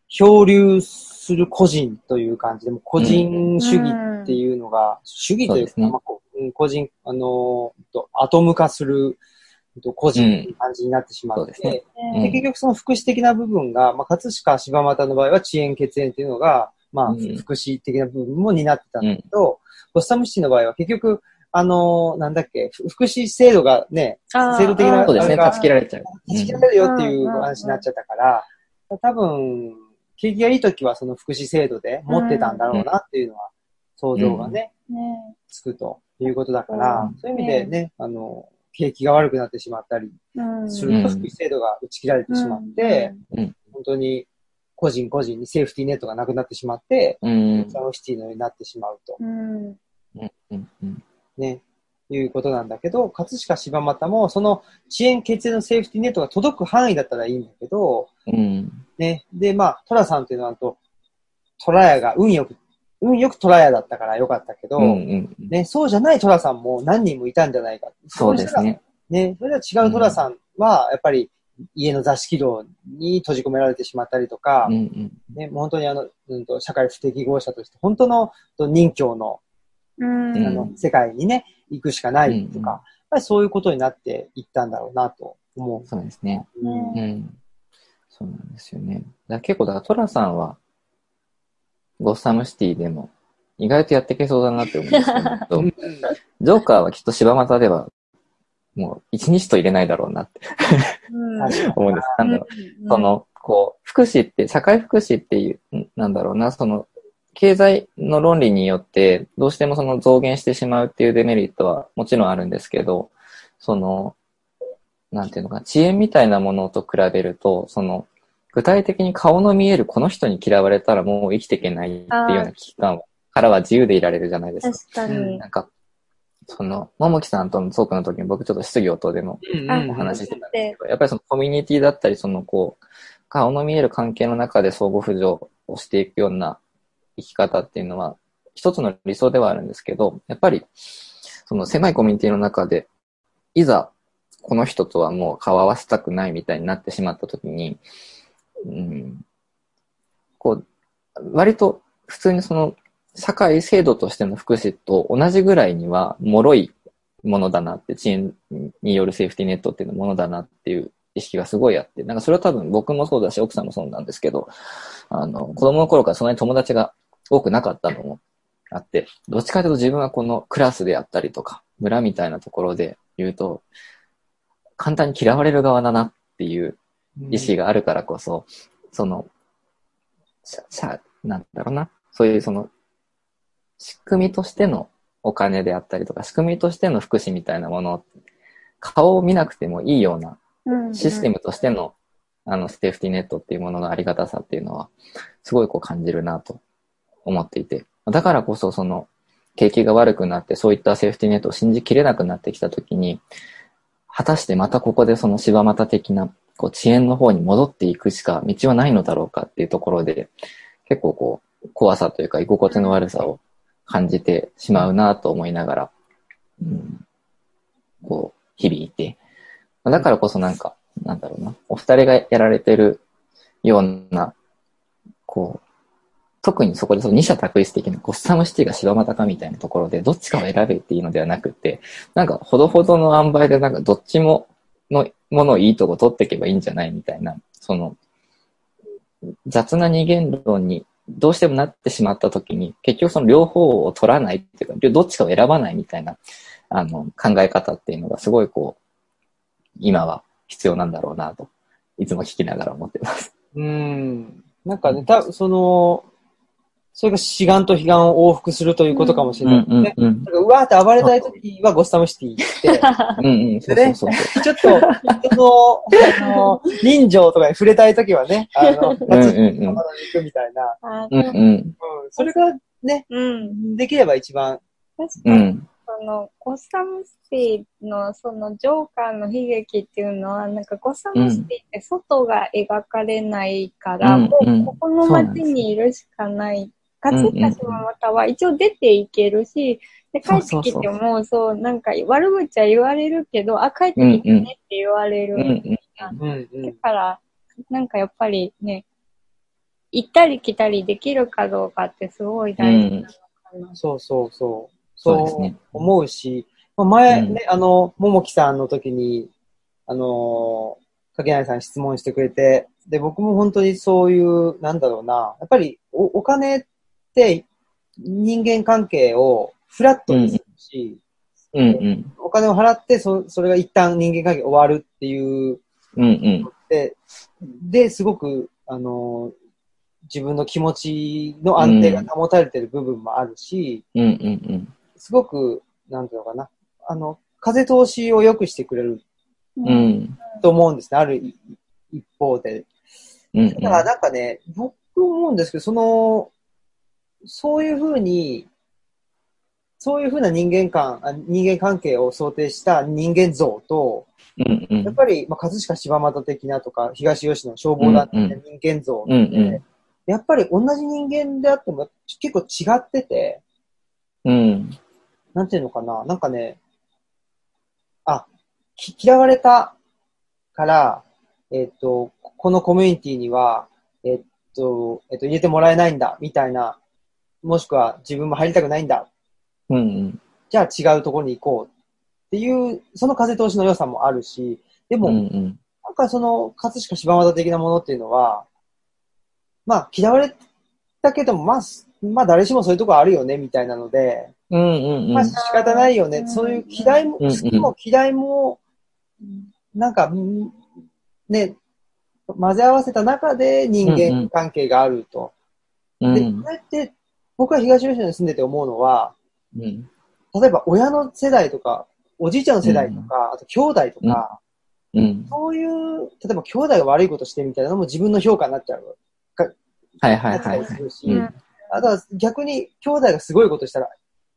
Speaker 1: 漂流する個人という感じで、も個人主義っていうのが、主義というか、まあ、個人、アトム化する個人っていう感じになってしまって、で結局その福祉的な部分が、まあ、葛飾柴又の場合は遅延血縁っていうのが、まあ、福祉的な部分も担ってたんだけど、ゴッサムシティの場合は結局、なんだっけ、福祉制度がね、制度的な、
Speaker 3: そうですね、断ち切られちゃう。
Speaker 1: 断ち切られるよっていう話になっちゃったから、多分、景気がいい時はその福祉制度で持ってたんだろうなっていうのは、想像がね、つくということだから、そういう意味でね、景気が悪くなってしまったりすると、福祉制度が打ち切られてしまって、本当に個人個人にセーフティーネットがなくなってしまって、ゴッサムシティのようになってしまうと。ね、いうことなんだけど、葛飾柴又も、その遅延血縁のセーフティーネットが届く範囲だったらいいんだけど、ね、で、まあ、トラさんっていうのは、トラヤが運よくトラヤだったからよかったけど、ね、そうじゃないトラさんも何人もいたんじゃないか。
Speaker 3: そうですね。
Speaker 1: ね、それでは違うトラさんは、やっぱり家の座敷牢に閉じ込められてしまったりとか、ね、もう本当に社会不適合者として、本当の任教の、世界にね、行くしかないとか、やっぱりそういうことになっていったんだろうなと思う。
Speaker 3: そうですね。そうなんですよね。結構、トラさんは、ゴッサムシティでも、意外とやっていけそうだなって思うんですけど、ジョーカーはきっと柴又では、もう一日と入れないだろうなって思うんです。なんだろう。福祉って、社会福祉っていう、なんだろうな、経済の論理によって、どうしても増減してしまうっていうデメリットはもちろんあるんですけど、なんていうのか、遅延みたいなものと比べると、具体的に顔の見えるこの人に嫌われたらもう生きていけないっていうような危機感からは自由でいられるじゃないですか。
Speaker 2: 確かに。
Speaker 3: なんか、桃木さんとのトークの時に僕ちょっと質疑応答でもお話ししてたんですけど、やっぱりコミュニティだったり、顔の見える関係の中で相互扶助をしていくような生き方っていうのは一つの理想ではあるんですけど、やっぱり狭いコミュニティの中でいざこの人とはもう顔合わせたくないみたいになってしまった時に、割と普通に社会制度としての福祉と同じぐらいには脆いものだなって、遅延によるセーフティーネットっていうものだなっていう意識がすごいあって、なんかそれは多分僕もそうだし奥さんもそうなんですけど、子供の頃からそんなに友達が多くなかったのもあって、どっちかというと自分はこのクラスであったりとか、村みたいなところで言うと、簡単に嫌われる側だなっていう意識があるからこそ、なんだろうな、そういう仕組みとしてのお金であったりとか、仕組みとしての福祉みたいなもの、顔を見なくてもいいようなシステムとしての、セーフティーネットっていうもののありがたさっていうのは、すごい感じるなと思っていて。だからこそ景気が悪くなって、そういったセーフティーネットを信じきれなくなってきたときに、果たしてまたここで柴又的な、遅延の方に戻っていくしか道はないのだろうかっていうところで、結構怖さというか居心地の悪さを感じてしまうなと思いながら、日々いて。だからこそなんだろうな、お二人がやられてるような、特にそこで二者択一的なゴッサムシティが柴又かみたいなところでどっちかを選べっていうのではなくて、ほどほどの塩梅でどっちものものをいいとこ取っていけばいいんじゃないみたいな、雑な二元論にどうしてもなってしまったときに、結局両方を取らないっていうか、どっちかを選ばないみたいな、考え方っていうのがすごい今は必要なんだろうなと、いつも聞きながら思ってます。
Speaker 1: なんかね、それが志願と悲願を往復するということかもしれないね。うわーって暴れたいときはゴッサムシティ行って、でね、ちょっと、人情とかに触れたいときはね、行くみたいな。それがね、できれば一番。
Speaker 2: 確かに、ゴッサムシティのジョーカーの悲劇っていうのは、ゴッサムシティって外が描かれないから、もうここの街にいるしかない。葛飾柴又は一応出ていけるし、で、帰ってきても、悪口は言われるけど、帰ってきてねって言われる。だから、やっぱりね、 行ったり来たりできるかどうかってすごい大事なのかな。
Speaker 1: そうそうそう。
Speaker 3: そうですね。
Speaker 1: 思うし、前ね、ももきさんの時に、かけないさん質問してくれて、で、僕も本当にそういう、なんだろうな、やっぱりお金って人間関係をフラットにするし、お金を払ってそれが一旦人間関係終わるっていう、で、すごく、自分の気持ちの安定が保たれてる部分もあるし、すごく、なんていうのかな、風通しを良くしてくれる、と思うんですね、ある一方で。だからなんかね、僕思うんですけど、そういうふうな人間関係を想定した人間像と、やっぱり、葛飾柴又的なとか、東吉野消防団的な人間像って、やっぱり同じ人間であっても結構違ってて、なんていうのかな、なんかね、嫌われたから、このコミュニティには、入れてもらえないんだ、みたいな、もしくは自分も入りたくないんだ。じゃあ違うところに行こうっていう、その風通しの良さもあるし、でも、なんかその、葛飾柴又的なものっていうのは、嫌われたけども、誰しもそういうとこあるよね、みたいなので、仕方ないよね。そういう嫌いも、好きも嫌いも、なんか、ね、混ぜ合わせた中で人間関係があると。で、これって、僕は東吉野に住んでて思うのは、例えば親の世代とか、おじいちゃんの世代とか、あと兄弟とか、そういう、例えば兄弟が悪いことしてみたいなのも自分の評価になっちゃう。なったりするし、あとは逆に兄弟がすごいことしたら、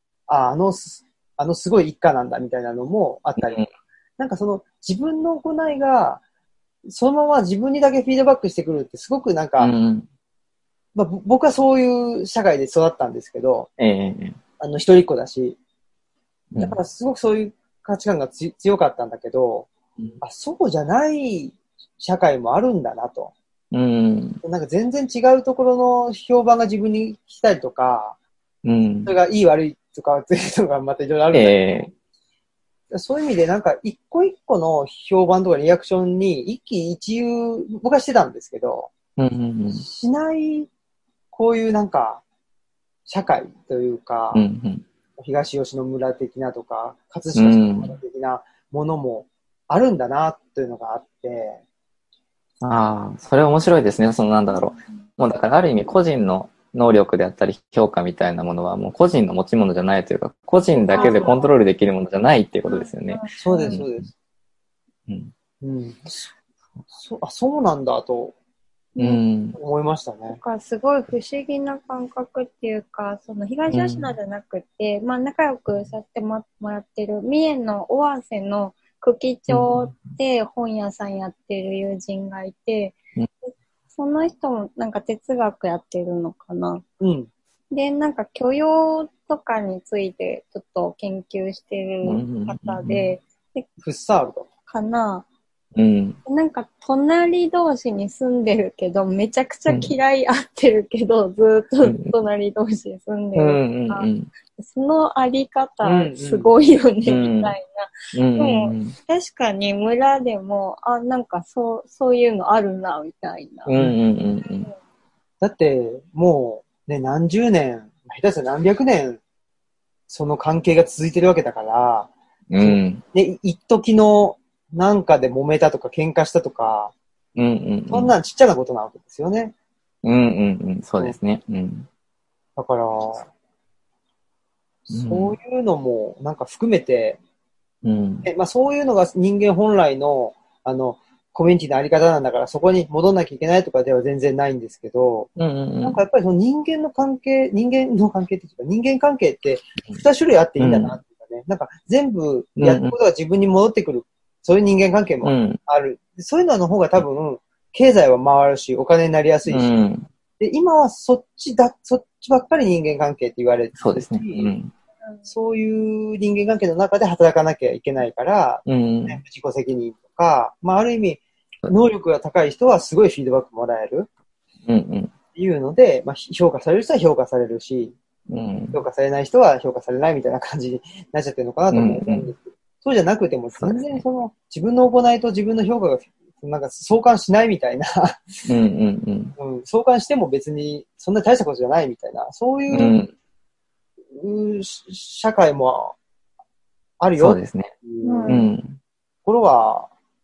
Speaker 1: すごい一家なんだみたいなのもあったり、なんかその自分の行いが、そのまま自分にだけフィードバックしてくるってすごくなんか、僕はそういう社会で育ったんですけど、一人っ子だし、だからすごくそういう価値観が強かったんだけど、そうじゃない社会もあるんだなと。なんか全然違うところの評判が自分に来たりとか、それがいい悪いとかっていうのがまたいろいろあるんだけど、そういう意味でなんか一個一個の評判とかリアクションに一喜一憂、僕はしてたんですけど、しないこういうなんか社会というか、東吉野村的なとか、葛飾市の村的なものもあるんだなというのがあって、
Speaker 3: それ面白いですね。なんだろう。もうだからある意味個人の能力であったり評価みたいなものはもう個人の持ち物じゃないというか、個人だけでコントロールできるものじゃないっていうことですよね。
Speaker 1: そうです、そうです。そうなんだと、思いましたね。
Speaker 2: なんかすごい不思議な感覚っていうか、その東吉野じゃなくて、仲良くさせてもらってる三重の尾鷲の久喜町で本屋さんやってる友人がいて、その人もなんか哲学やってるのかな。で、なんか許容とかについてちょっと研究してる方で、
Speaker 1: フッサールと
Speaker 2: かな。なんか隣同士に住んでるけど、めちゃくちゃ嫌い合ってるけど、ずっと隣同士に住んでるから、そのあり方すごいよね、みたいな。でも確かに村でも、なんかそういうのあるな、みたいな。
Speaker 1: だって、もうね、何十年、下手すら何百年、その関係が続いてるわけだから、一時のなんかで揉めたとか喧嘩したとか、そんなんちっちゃなことなわけですよね。
Speaker 3: そうですね。
Speaker 1: だから、そういうのもなんか含めて、そういうのが人間本来の、コミュニティのあり方なんだから、そこに戻んなきゃいけないとかでは全然ないんですけど、なんかやっぱりその人間関係っていうか、人間関係って2種類あっていいんだなっていうかね、なんか全部やったことが自分に戻ってくる、そういう人間関係もある。そういうのの方が多分、経済は回るし、お金になりやすいし、で、今はそっちばっかり人間関係って言われてるし、
Speaker 3: そうですね。
Speaker 1: そういう人間関係の中で働かなきゃいけないから、自己責任とか、ある意味、能力が高い人はすごいフィードバックもらえる。っていうので、まあ、評価される人は評価されるし、評価されない人は評価されないみたいな感じになっちゃってるのかなと思うんですけど、そうじゃなくても全然自分の行いと自分の評価がなんか相関しないみたいな相関しても別にそんな大したことじゃないみたいな、そういう、社会もあるよ。
Speaker 3: そうですね。
Speaker 1: ところは、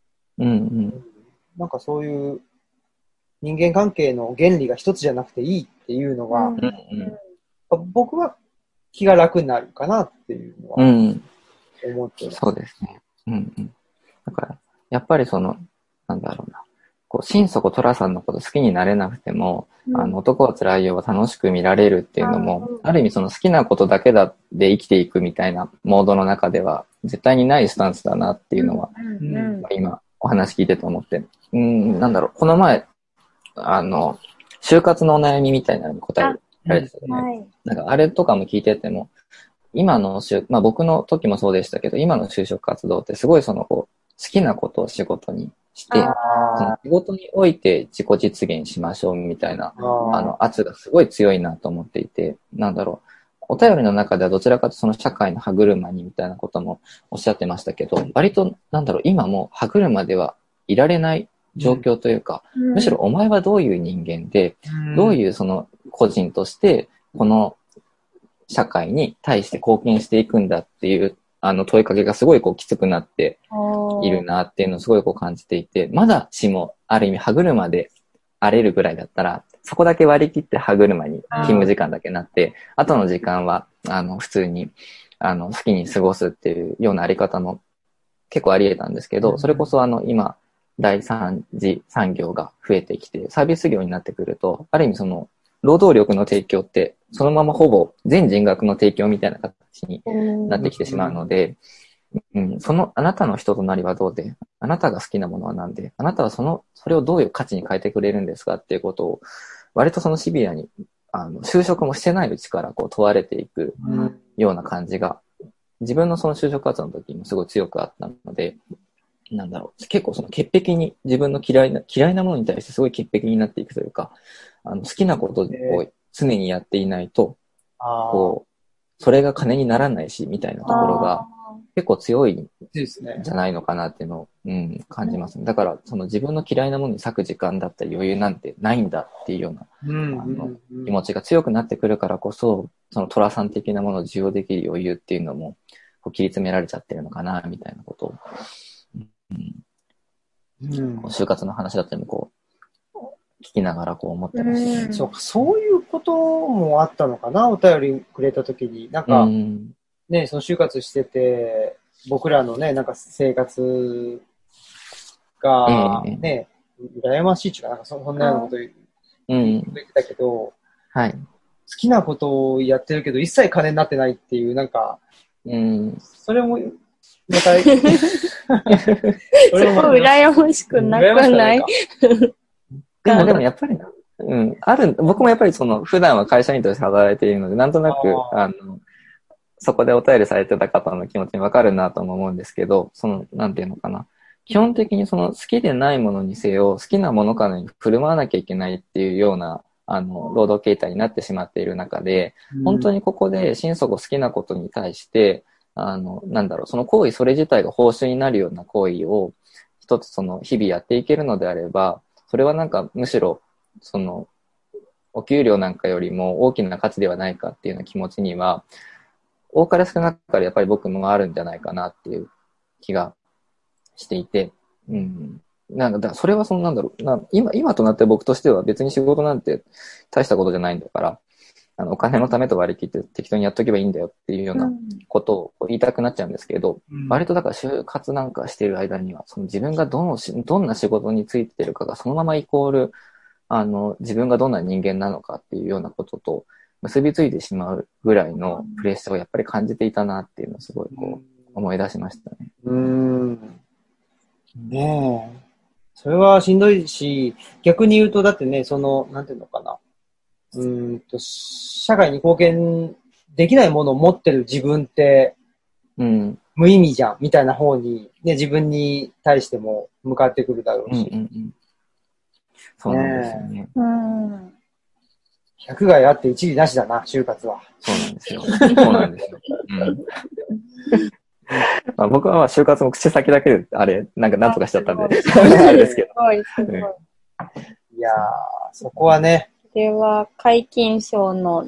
Speaker 1: なんかそういう人間関係の原理が一つじゃなくていいっていうのが、僕は気が楽になるかなっていうのは思ってます。
Speaker 3: そうですね。だから、やっぱりなんだろうな。こう、心底寅さんのこと好きになれなくても、男は辛いよは楽しく見られるっていうのも、ある意味好きなことだけで生きていくみたいなモードの中では、絶対にないスタンスだなっていうのは、今お話聞いてて思って、なんだろう、この前、就活のお悩みみたいなのに答えられてたよね。なんかあれとかも聞いてても、今のまあ僕の時もそうでしたけど、今の就職活動ってすごい好きなことを仕事にして、仕事において自己実現しましょうみたいな、圧がすごい強いなと思っていて、なんだろう。お便りの中ではどちらかと社会の歯車にみたいなこともおっしゃってましたけど、割となんだろう、今も歯車ではいられない状況というか、むしろお前はどういう人間で、どういう個人としてこの社会に対して貢献していくんだっていう問いかけがすごいきつくなっているなっていうのをすごい感じていて、まだしもある意味歯車で荒れるぐらいだったら、そこだけ割り切って歯車に勤務時間だけなって、後の時間は普通に好きに過ごすっていうようなあり方も結構あり得たんですけど、それこそ今第三次産業が増えてきて、サービス業になってくると、ある意味労働力の提供って、そのままほぼ全人格の提供みたいな形になってきてしまうので、あなたの人となりはどうで、あなたが好きなものは何で、あなたはそれをどういう価値に変えてくれるんですかっていうことを、割とシビアに、就職もしてないうちから問われていくような感じが、自分の就職活動の時にもすごい強くあったので、なんだろう、結構潔癖に、自分の嫌いなものに対してすごい潔癖になっていくというか、好きなことを常にやっていないと、それが金にならないし、みたいなところが結構強いんじゃないのかなっていうのを、感じますね。だから、自分の嫌いなものに割く時間だったり余裕なんてないんだっていうような、気持ちが強くなってくるからこそ、寅さん的なものを受容できる余裕っていうのも、切り詰められちゃってるのかな、みたいなことを、就活の話だったりも聞きながら思ってましたね。
Speaker 1: そういうこともあったのかな、お便りくれたときに。なんか、ね、就活してて、僕らのね、なんか生活がね、羨ましいっていうか、なんかそんなようなこと言ってたけど、好きなことをやってるけど、一切金になってないっていう、なんか、それも、また、そ
Speaker 2: れも羨ましくなくない
Speaker 3: でもやっぱり僕もやっぱり普段は会社員として働いているので、なんとなく、そこでお便りされてた方の気持ちにわかるなとも思うんですけど、なんていうのかな。基本的に好きでないものにせよ、好きなものかのように振る舞わなきゃいけないっていうような、労働形態になってしまっている中で、本当にここで心底好きなことに対して、なんだろう、その行為それ自体が報酬になるような行為を、一つ日々やっていけるのであれば、それはなんかむしろ、お給料なんかよりも大きな価値ではないかっていうような気持ちには、多かれ少なかれやっぱり僕もあるんじゃないかなっていう気がしていて、なんかそれはなんだろう、今となって僕としては別に仕事なんて大したことじゃないんだから、お金のためと割り切って適当にやっとけばいいんだよっていうようなことを言いたくなっちゃうんですけど、割とだから就活なんかしている間には、自分がどんな仕事についてるかがそのままイコール、自分がどんな人間なのかっていうようなことと結びついてしまうぐらいのプレッシャーをやっぱり感じていたなっていうのをすごい思い出しましたね。
Speaker 1: ねえ。それはしんどいし、逆に言うとだってね、なんていうのかな。社会に貢献できないものを持ってる自分って、無意味じゃん、みたいな方に、ね、自分に対しても向かってくるだろうし。
Speaker 3: そうなんですよね。
Speaker 1: 百害あって一理なしだな、就活は。
Speaker 3: そうなんですよ。そうなんですよ。まあ、僕はまあ就活も口先だけで、なんとかしちゃったんで、あれですけど。
Speaker 2: すごい、すごい。
Speaker 1: いやー、そこはね。
Speaker 2: それは、皆勤賞の、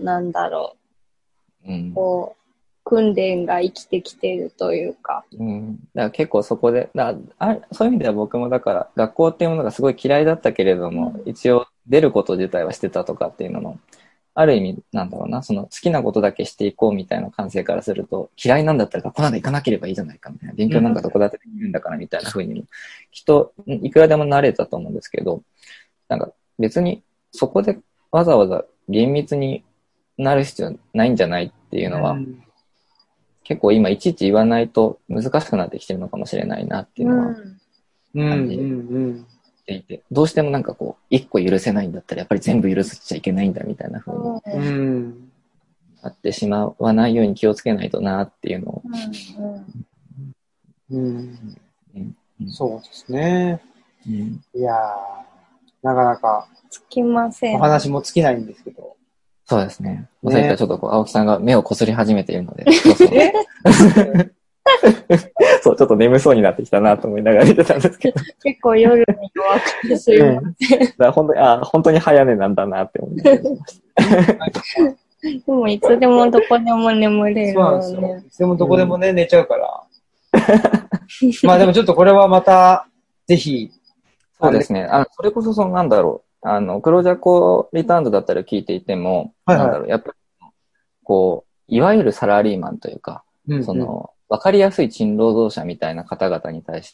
Speaker 2: 訓練が生きてきてるというか。
Speaker 3: だから結構そこで、そういう意味では僕もだから、学校っていうものがすごい嫌いだったけれども、一応出ること自体はしてたとかっていうのも、ある意味、その好きなことだけしていこうみたいな感性からすると、嫌いなんだったら学校なんか行かなければいいじゃないかみたいな、勉強なんかどこだってできるんだからみたいな風に、きっといくらでもなれたと思うんですけど、なんか別にそこでわざわざ厳密になる必要ないんじゃないっていうのは、結構今いちいち言わないと難しくなってきてるのかもしれないなっていうのは感じていて、どうしても一個許せないんだったらやっぱり全部許しちゃいけないんだみたいな風になってしまわないように気をつけないとなっていうのを。
Speaker 1: そうですね。いやー、なかなか
Speaker 2: つきません。
Speaker 1: お話も尽きないんですけど。
Speaker 3: そうですね。さっきからちょっと青木さんが目をこすり始めているので。そう、ちょっと眠そうになってきたなと思いながら見てたんですけど。
Speaker 2: 結構夜に弱くてすいません。
Speaker 3: 本当に早寝なんだなって思いました。
Speaker 2: でもいつでもどこでも眠れるよね。
Speaker 1: そうなんですよ。いつでもどこでもね、寝ちゃうから。まあでもちょっとこれはまた、ぜひ。
Speaker 3: そうですね。それこそ黒ジャコリターンズだったら聞いていても、やっぱり、いわゆるサラリーマンというか、わかりやすい賃労働者みたいな方々に対して、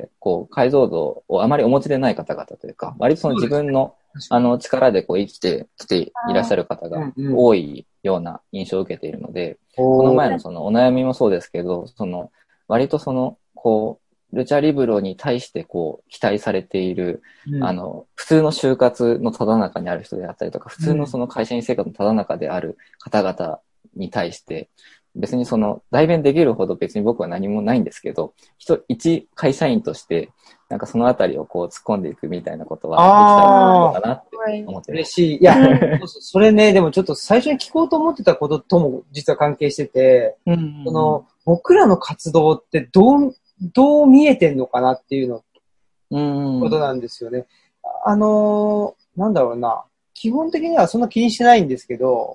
Speaker 3: 解像度をあまりお持ちでない方々というか、割とその自分の、力で生きてきていらっしゃる方が多いような印象を受けているので、この前のお悩みもそうですけど、割とルチャリブロに対して期待されている、普通の就活のただ中にある人であったりとか、普通の会社員生活のただ中である方々に対して、別に代弁できるほど別に僕は何もないんですけど、一会社員として、そのあたりを突っ込んでいくみたいなことはできたらいいのかなって思ってます。
Speaker 1: 嬉しい。いや、それね、でもちょっと最初に聞こうと思ってたこととも実は関係してて、僕らの活動ってどう見えてんのかなっていうことなんですよね。なんだろうな。基本的にはそんな気にしてないんですけど、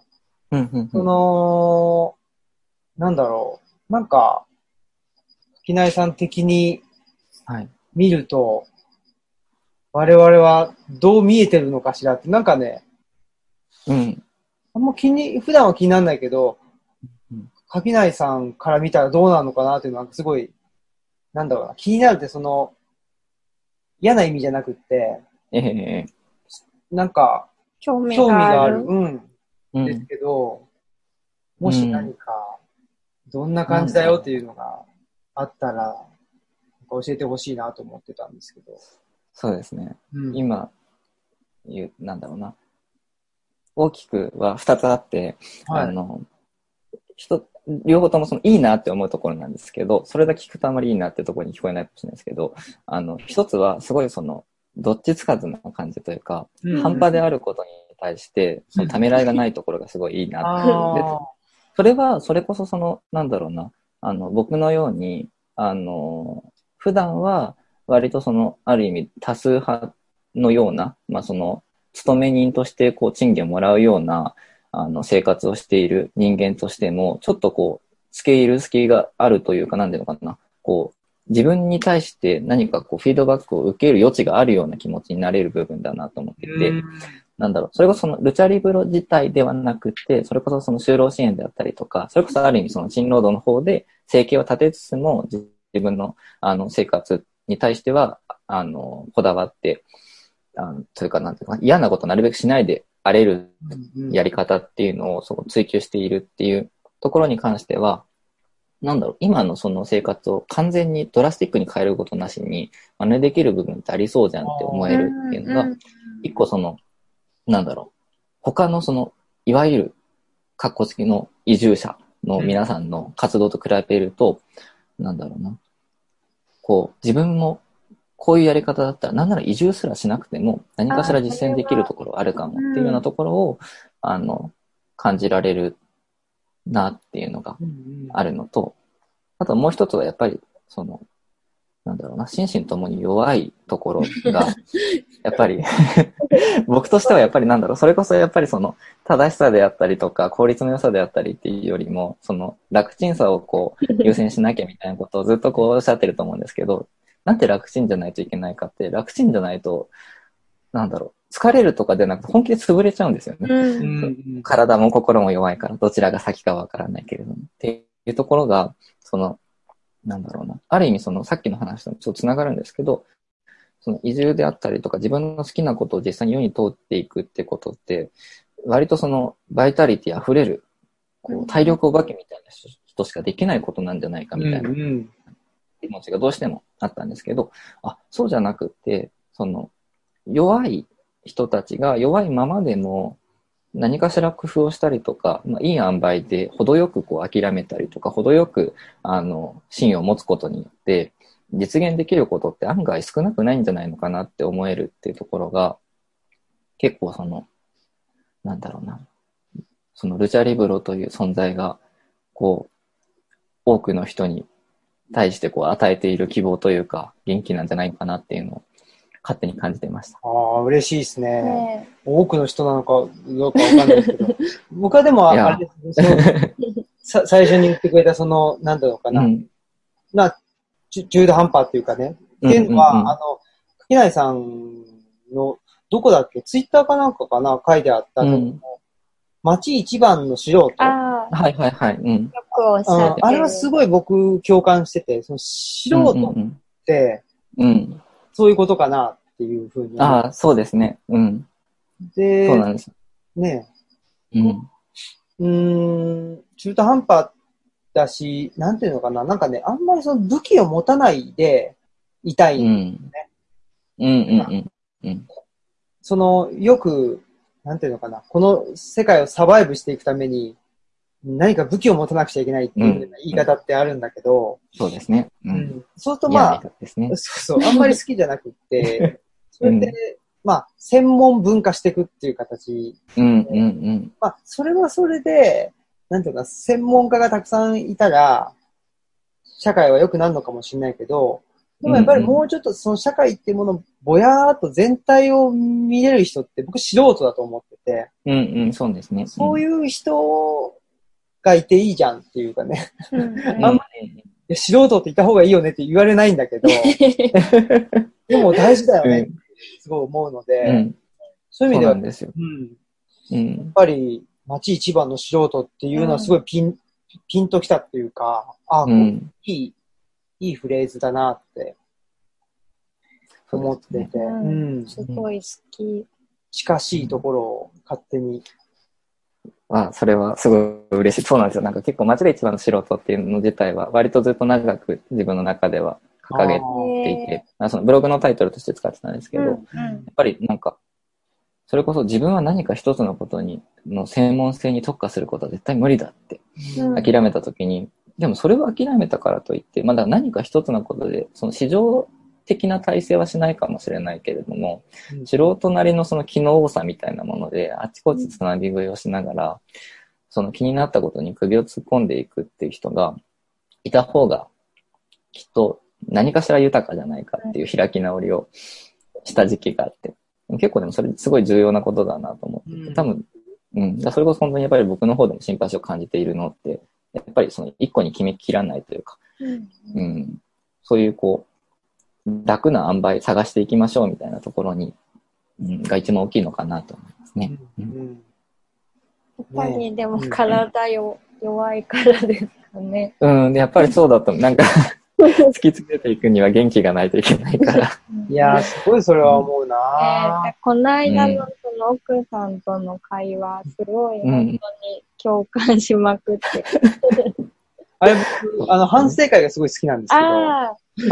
Speaker 1: なんだろう。木内さん的に見ると、我々はどう見えてるのかしらって、あんま普段は気にならないけど、垣内さんから見たらどうなのかなっていうのはすごい、気になるって嫌な意味じゃなくって、
Speaker 2: 興味がある。
Speaker 1: ですけど、もし何か、どんな感じだよっていうのがあったら、教えてほしいなと思ってたんですけど。
Speaker 3: そうですね。今、大きくは2つあって、両方ともいいなって思うところなんですけど、それだけ聞くとあまりいいなってところに聞こえないかもしれないですけど、一つはすごいどっちつかずな感じというか、半端であることに対して、ためらいがないところがすごいいいなって。それは、それこそ僕のように、普段は割とある意味多数派のような、勤め人として賃金をもらうような、生活をしている人間としても、ちょっと付け入る隙があるというか、なんていうのかな。自分に対して何かフィードバックを受ける余地があるような気持ちになれる部分だなと思っていて、それこそルチャリブロ自体ではなくて、それこそ就労支援であったりとか、それこそある意味賃労働の方で生計を立てつつも、自分の生活に対しては、こだわって、というかなんていうか、嫌なことなるべくしないであれるやり方っていうのを追求しているっていうところに関しては、今の生活を完全にドラスティックに変えることなしに真似できる部分ってありそうじゃんって思えるっていうのが、一個他のいわゆるカッコ付きの移住者の皆さんの活動と比べると、自分もこういうやり方だったら、なんなら移住すらしなくても何かしら実践できるところあるかもっていうようなところを、 感じられるなっていうのがあるのと、あともう一つはやっぱり、なんだろうな、心身ともに弱いところが、やっぱり、僕としてはやっぱりなんだろう、それこそやっぱり正しさであったりとか、効率の良さであったりっていうよりも、楽ちんさを優先しなきゃみたいなことをずっとおっしゃってると思うんですけど、なんで楽ちんじゃないといけないかって、楽ちんじゃないと、なんだろう、疲れるとかでなくて本気で潰れちゃうんですよね。体も心も弱いから、どちらが先かわからないけれども。っていうところが、なんだろうな。ある意味さっきの話とちょっと繋がるんですけど、移住であったりとか自分の好きなことを実際に世に通っていくってことって、割とバイタリティ溢れる、体力お化けみたいな人しかできないことなんじゃないかみたいな気持ちがどうしてもあったんですけど、そうじゃなくって、弱い人たちが弱いままでも何かしら工夫をしたりとか、いい塩梅で程よく諦めたりとか、程よく芯を持つことによって実現できることって案外少なくないんじゃないのかなって思えるっていうところが、結構なんだろうな、ルチャリブロという存在が多くの人に対して与えている希望というか元気なんじゃないかなっていうのを勝手に感じてました。
Speaker 1: 嬉しいですね。多くの人なのかどうかわかんないですけど、僕はでもあれです最初に言ってくれたなんだろうかな、中途半端っていうかね、っていうのは、垣内さんのどこだっけ、ツイッターかなんかかな、書いてあった町一番の素人。
Speaker 3: はいはいはい。
Speaker 2: よくおっしゃって
Speaker 1: あれはすごい僕共感してて、素人って、そういうことかなっていうふうに。
Speaker 3: そうですね。
Speaker 1: で、
Speaker 3: そうなんです。
Speaker 1: ね。中途半端だし、なんていうのかな、なんかね、あんまり武器を持たないでいたいんね。よく、なんていうのかな、この世界をサバイブしていくために、何か武器を持たなくちゃいけないっていう言い方ってあるんだけど、
Speaker 3: そうですね。
Speaker 1: そうするとあんまり好きじゃなくって、それで、専門文化していくっていう形。それはそれで、なんていうか、専門家がたくさんいたら、社会は良くなるのかもしれないけど、でもやっぱりもうちょっと社会っていうものをぼやーっと全体を見れる人って僕素人だと思って
Speaker 3: て。そうですね。
Speaker 1: そういう人がいていいじゃんっていうかね。あんまり素人っていた方がいいよねって言われないんだけど、でも大事だよねってすごい思うので、そういう意味では、やっぱり町一番の素人っていうのはすごいピンときたっていうか、いいフレーズだなって思ってて、
Speaker 2: すごい好き。
Speaker 1: 近しいところを勝手に。
Speaker 3: それはすごい嬉しい。そうなんですよ。なんか結構町で一番の素人っていうの自体は割とずっと長く自分の中では掲げていて、そのブログのタイトルとして使ってたんですけど、やっぱりなんか、それこそ自分は何か一つのことの専門性に特化することは絶対無理だって諦めたときに、でもそれを諦めたからといって、まだ何か一つのことで、市場的な体制はしないかもしれないけれども、素人なりの機能多さみたいなもので、あちこちつなぎ食いをしながら、気になったことに首を突っ込んでいくっていう人がいた方が、きっと何かしら豊かじゃないかっていう開き直りをした時期があって、結構でもそれすごい重要なことだなと思って、多分、それこそ本当にやっぱり僕の方でもシンパシーを感じているのって、やっぱり一個に決めきらないというか、そういう楽な塩梅探していきましょうみたいなところに、が一番大きいのかなと思いますね。
Speaker 2: やっぱりでも体弱いからですかね。
Speaker 3: やっぱりそうだと、なんか突き詰めていくには元気がないといけないから。
Speaker 1: いやー、すごいそれは思うな
Speaker 2: この間の奥さんとの会話、すごい本当に共感しまくって。
Speaker 1: あれ、僕、反省会がすごい好きなんですけど。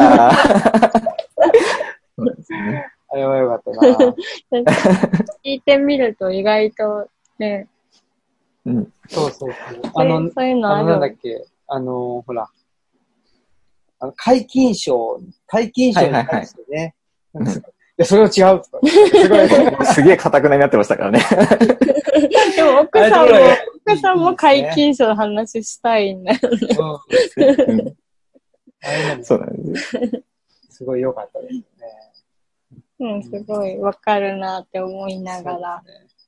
Speaker 1: そうですね。あれはよかったな
Speaker 2: 聞いてみると意外とね。
Speaker 1: そう。
Speaker 2: そういうのある。
Speaker 1: なんだっけ、ほら。皆勤賞に対してね、 や、それは違うとか。すごい。
Speaker 3: すげえ堅くなになってましたからね。
Speaker 2: でも奥さんも皆勤賞の話したいんだよね。
Speaker 3: そうなんです。
Speaker 1: すごい良かったですね。
Speaker 2: うん、すごいわかるなって思いながら。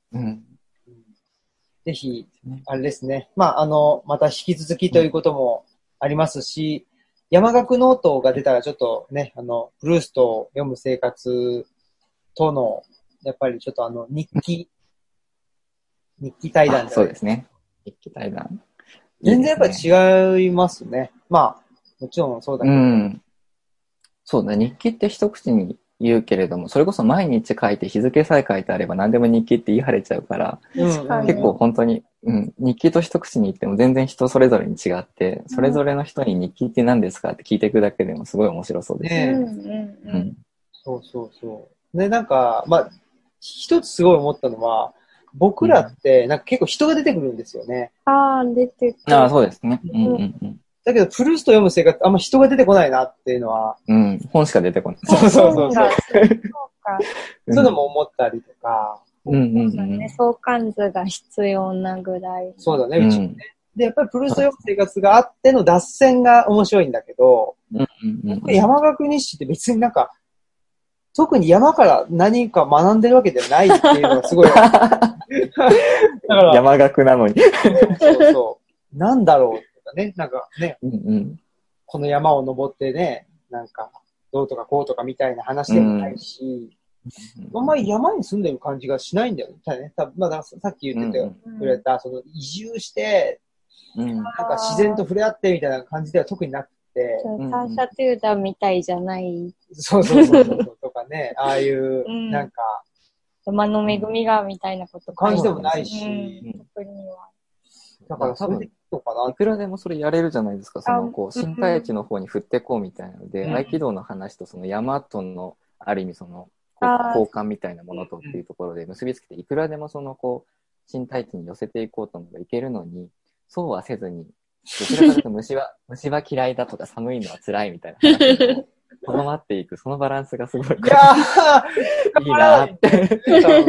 Speaker 1: ぜひ、あれですね。また引き続きということもありますし、山岳ノートが出たらちょっとね、プルーストを読む生活との、やっぱりちょっと日記対談
Speaker 3: そうですね。日記対談。
Speaker 1: 全然やっぱり違いますね。まあ、もちろんそうだけど。
Speaker 3: そうだ、日記って一口に言うけれども、それこそ毎日書いて日付さえ書いてあれば何でも日記って言い張れちゃうから、結構本当に、日記と一口に言っても全然人それぞれに違って、それぞれの人に日記って何ですかって聞いていくだけでもすごい面白そうですね。
Speaker 1: そうそうそう。で、なんか、一つすごい思ったのは、僕らって、なんか結構人が出てくるんですよね。
Speaker 2: 出てくる。
Speaker 3: そうですね。
Speaker 1: だけど、プルースト読む生活、あんま人が出てこないなっていうのは。
Speaker 3: 本しか出てこない。
Speaker 1: そう。そういうのも思ったりとか。
Speaker 2: 相関図が必要なぐらい。
Speaker 1: そうだね、うちね。で、やっぱりプルースト読む生活があっての脱線が面白いんだけど、山岳日誌って別になんか、特に山から何か学んでるわけじゃないっていうのがすごい。だから
Speaker 3: 山岳なのに。
Speaker 1: そう。なんだろうとかね、なんかね、この山を登ってね、なんか、どうとかこうとかみたいな話でもないし、あんまり山に住んでる感じがしないんだよね。さっき言ってくれた、その移住して、なんか自然と触れ合ってみたいな感じでは特になくて。
Speaker 2: ターシャトゥーダみたいじゃない。
Speaker 1: そう。とかね、ああいう、なんか。
Speaker 2: 山の恵みがみたいなこと
Speaker 1: 感じでもないし。
Speaker 2: 特には。
Speaker 1: だからそれでいいのかな。
Speaker 3: いくらでもそれやれるじゃないですか。身体値の方に振ってこうみたいなので、合気道の話とその山との、ある意味交換みたいなものとっていうところで結びつけて、いくらでも身体値に寄せていこうと思えばいけるのに、そうはせずに、どちらかというと虫は嫌いだとか寒いのは辛いみたいな話をとどまっていく、そのバランスがすごい。いいなって。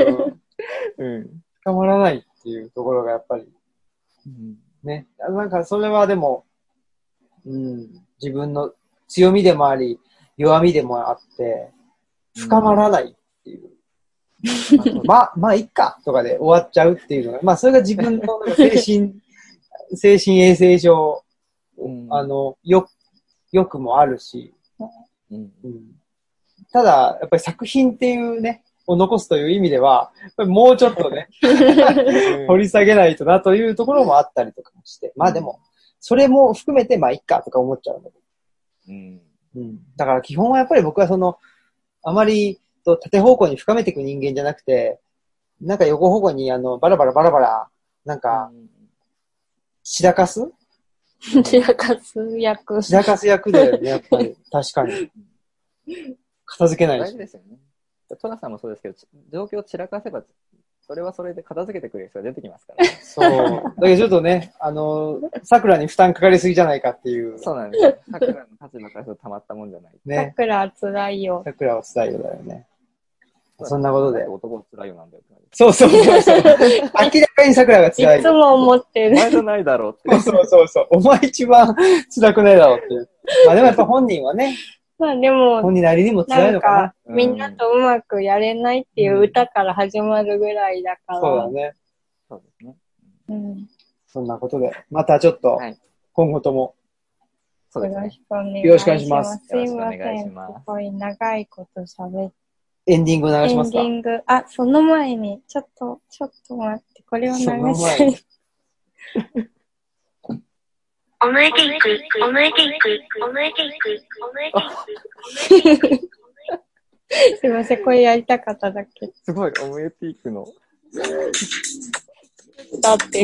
Speaker 1: 深まらないっていうところがやっぱり。ね。なんかそれはでも、自分の強みでもあり、弱みでもあって、深まらないっていう。まあ、いっかとかで終わっちゃうっていうのが、それが自分の精神衛生上、欲もあるし、ただ、やっぱり作品っていうね、を残すという意味では、もうちょっとね、掘り下げないとなというところもあったりとかもして、でも、それも含めて、いっかとか思っちゃうんだけど。だから基本はやっぱり僕はあまり縦方向に深めていく人間じゃなくて、なんか横方向にバラバラ、なんか、散らかす役だよね、やっぱり。確かに。片付けないし。
Speaker 3: 大事ですよね。トラさんもそうですけど、状況を散らかせば、それはそれで片付けてくれる人が出てきますから、ね。
Speaker 1: そう。だけどちょっとね、桜に負担かかりすぎじゃないかっていう。
Speaker 3: そうなんですよ。桜の立場からするとたまったもんじゃない。
Speaker 2: ね。桜は辛いよ。
Speaker 1: 桜は辛いよだよね。そんなことで。
Speaker 3: 男は辛いよなんだよ。
Speaker 1: そう。明らかに桜が辛い。
Speaker 2: いつも思ってる。
Speaker 3: お前じゃないだろうって。
Speaker 1: そう。お前一番辛くないだろうっていう。でもやっぱ本人はね。
Speaker 2: でも、
Speaker 1: 本人なりにも辛いのか
Speaker 2: な。みんなとうまくやれないっていう歌から始まるぐらいだから。
Speaker 1: そうだね。
Speaker 3: そうですね。
Speaker 1: そんなことで、またちょっと、今後とも。
Speaker 2: よろしくお願いします。
Speaker 1: よろしくお願いします。
Speaker 2: すいません。すごい長いこと喋って。
Speaker 1: エンディング流しますか？
Speaker 2: エンディング。その前に、ちょっと待って、これを流したい。
Speaker 4: オムエティック。
Speaker 2: すいません、これやりたかっただけ。
Speaker 3: すごい、オムエティックの。
Speaker 2: だっていう。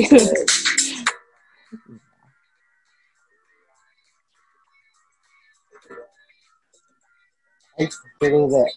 Speaker 1: はい、ということで、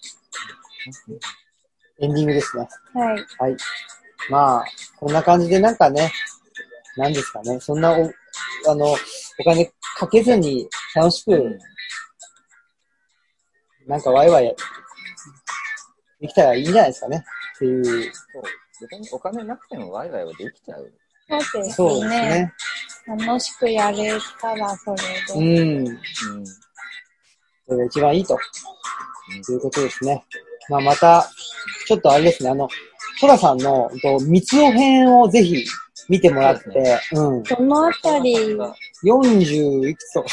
Speaker 1: エンディングですね。
Speaker 2: はい。
Speaker 1: こんな感じでなんかね、何ですかね、そんなお金かけずに楽しく、なんかワイワイできたらいいんじゃないですかね。っていう。そう。
Speaker 3: 別にお金なくてもワイワイはできちゃう。
Speaker 2: そうですね。楽しくやれたらそれで。
Speaker 1: それが一番いいと。いうことですね。まあまた、ちょっとあれですね、トラさんの、三つお編をぜひ見てもらって、
Speaker 2: そのあたり、
Speaker 1: 40いくつとか。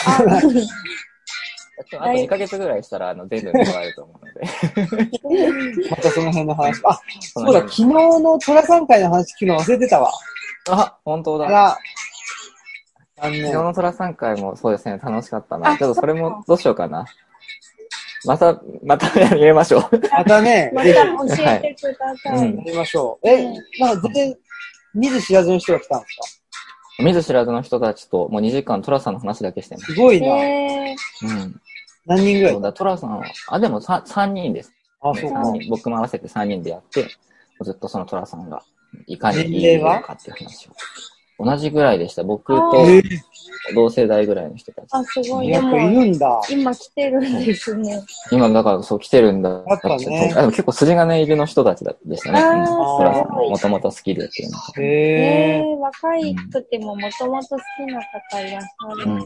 Speaker 3: あと2ヶ月ぐらいしたら、全部見終わると思うの
Speaker 1: で。またその辺の話。あ、そうだ、昨日のトラさん会の話聞くの忘れてたわ。
Speaker 3: あ、本当だ。昨日のトラさん会もそうですね、楽しかったな。ちょっとそれもどうしようかな。また入れましょう。
Speaker 2: またね、また教えてください。
Speaker 1: やりましょう。なんか全然、見ず知らずの人が来たんですか？
Speaker 3: 見ず知らずの人たちと、もう2時間トラさんの話だけしてます。
Speaker 1: すごいな。何人ぐらい？
Speaker 3: そうだ、トラさんは、でも3人です。
Speaker 1: あ、そうか。
Speaker 3: 僕も合わせて3人でやって、ずっとそのトラさんが、いかにいいのかっていう話を。同じぐらいでした。僕と同世代ぐらいの人たち。
Speaker 2: あ、すごい。
Speaker 1: やっぱいるんだ。
Speaker 2: 今来てるんですね。
Speaker 3: 今だからそう来てるんだ。
Speaker 1: やっぱね。
Speaker 3: でも結構筋金入りの人たちでしたね。トラさんもともと好きでっていう
Speaker 2: の。若いくてももともと好きな方いらっし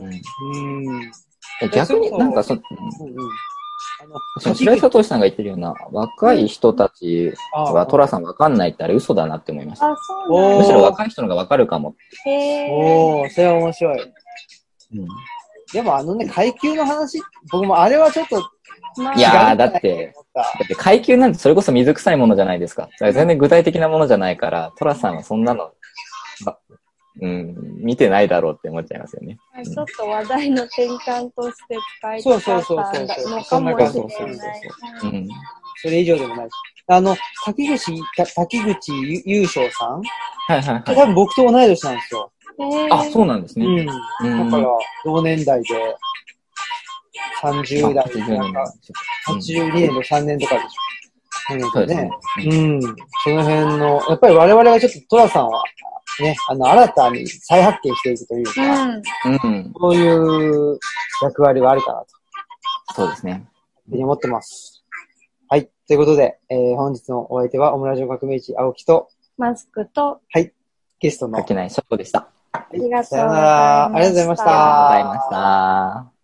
Speaker 2: ゃる。
Speaker 3: 逆になんか白井聡さんが言ってるような若い人たちはトラさんわかんないってあれ嘘だなって思いました。むしろ若い人のがわかるかも。
Speaker 1: おー、それは面白い。でも階級の話、僕もあれはちょっと、
Speaker 3: いやー、だって階級なんてそれこそ水臭いものじゃないですか。全然具体的なものじゃないから、トラさんはそんなの、見てないだろうって思っちゃいますよね。
Speaker 2: ちょっと話題の転換として使いたかったのかもしれない。
Speaker 1: それ以上でもないし。滝口優勝さん、多分僕と同い年なんですよ。
Speaker 3: あ、そうなんですね。
Speaker 1: だから、同年代で、30代、82年と3年とかでしょ。そうですね。その辺の、やっぱり我々はちょっとトラさんは、ね、新たに再発見していくというか、そういう役割はあるかなと。
Speaker 3: そうですね。
Speaker 1: 思ってます。はい。ということで、本日のお相手は、オムラジオ革命児青木と、
Speaker 2: マスクと、
Speaker 1: はい。ゲストの、
Speaker 3: 垣内翔子でした。
Speaker 2: ありがとうございました。
Speaker 1: さよなら。ありがとうございました。
Speaker 3: ありがとうございました。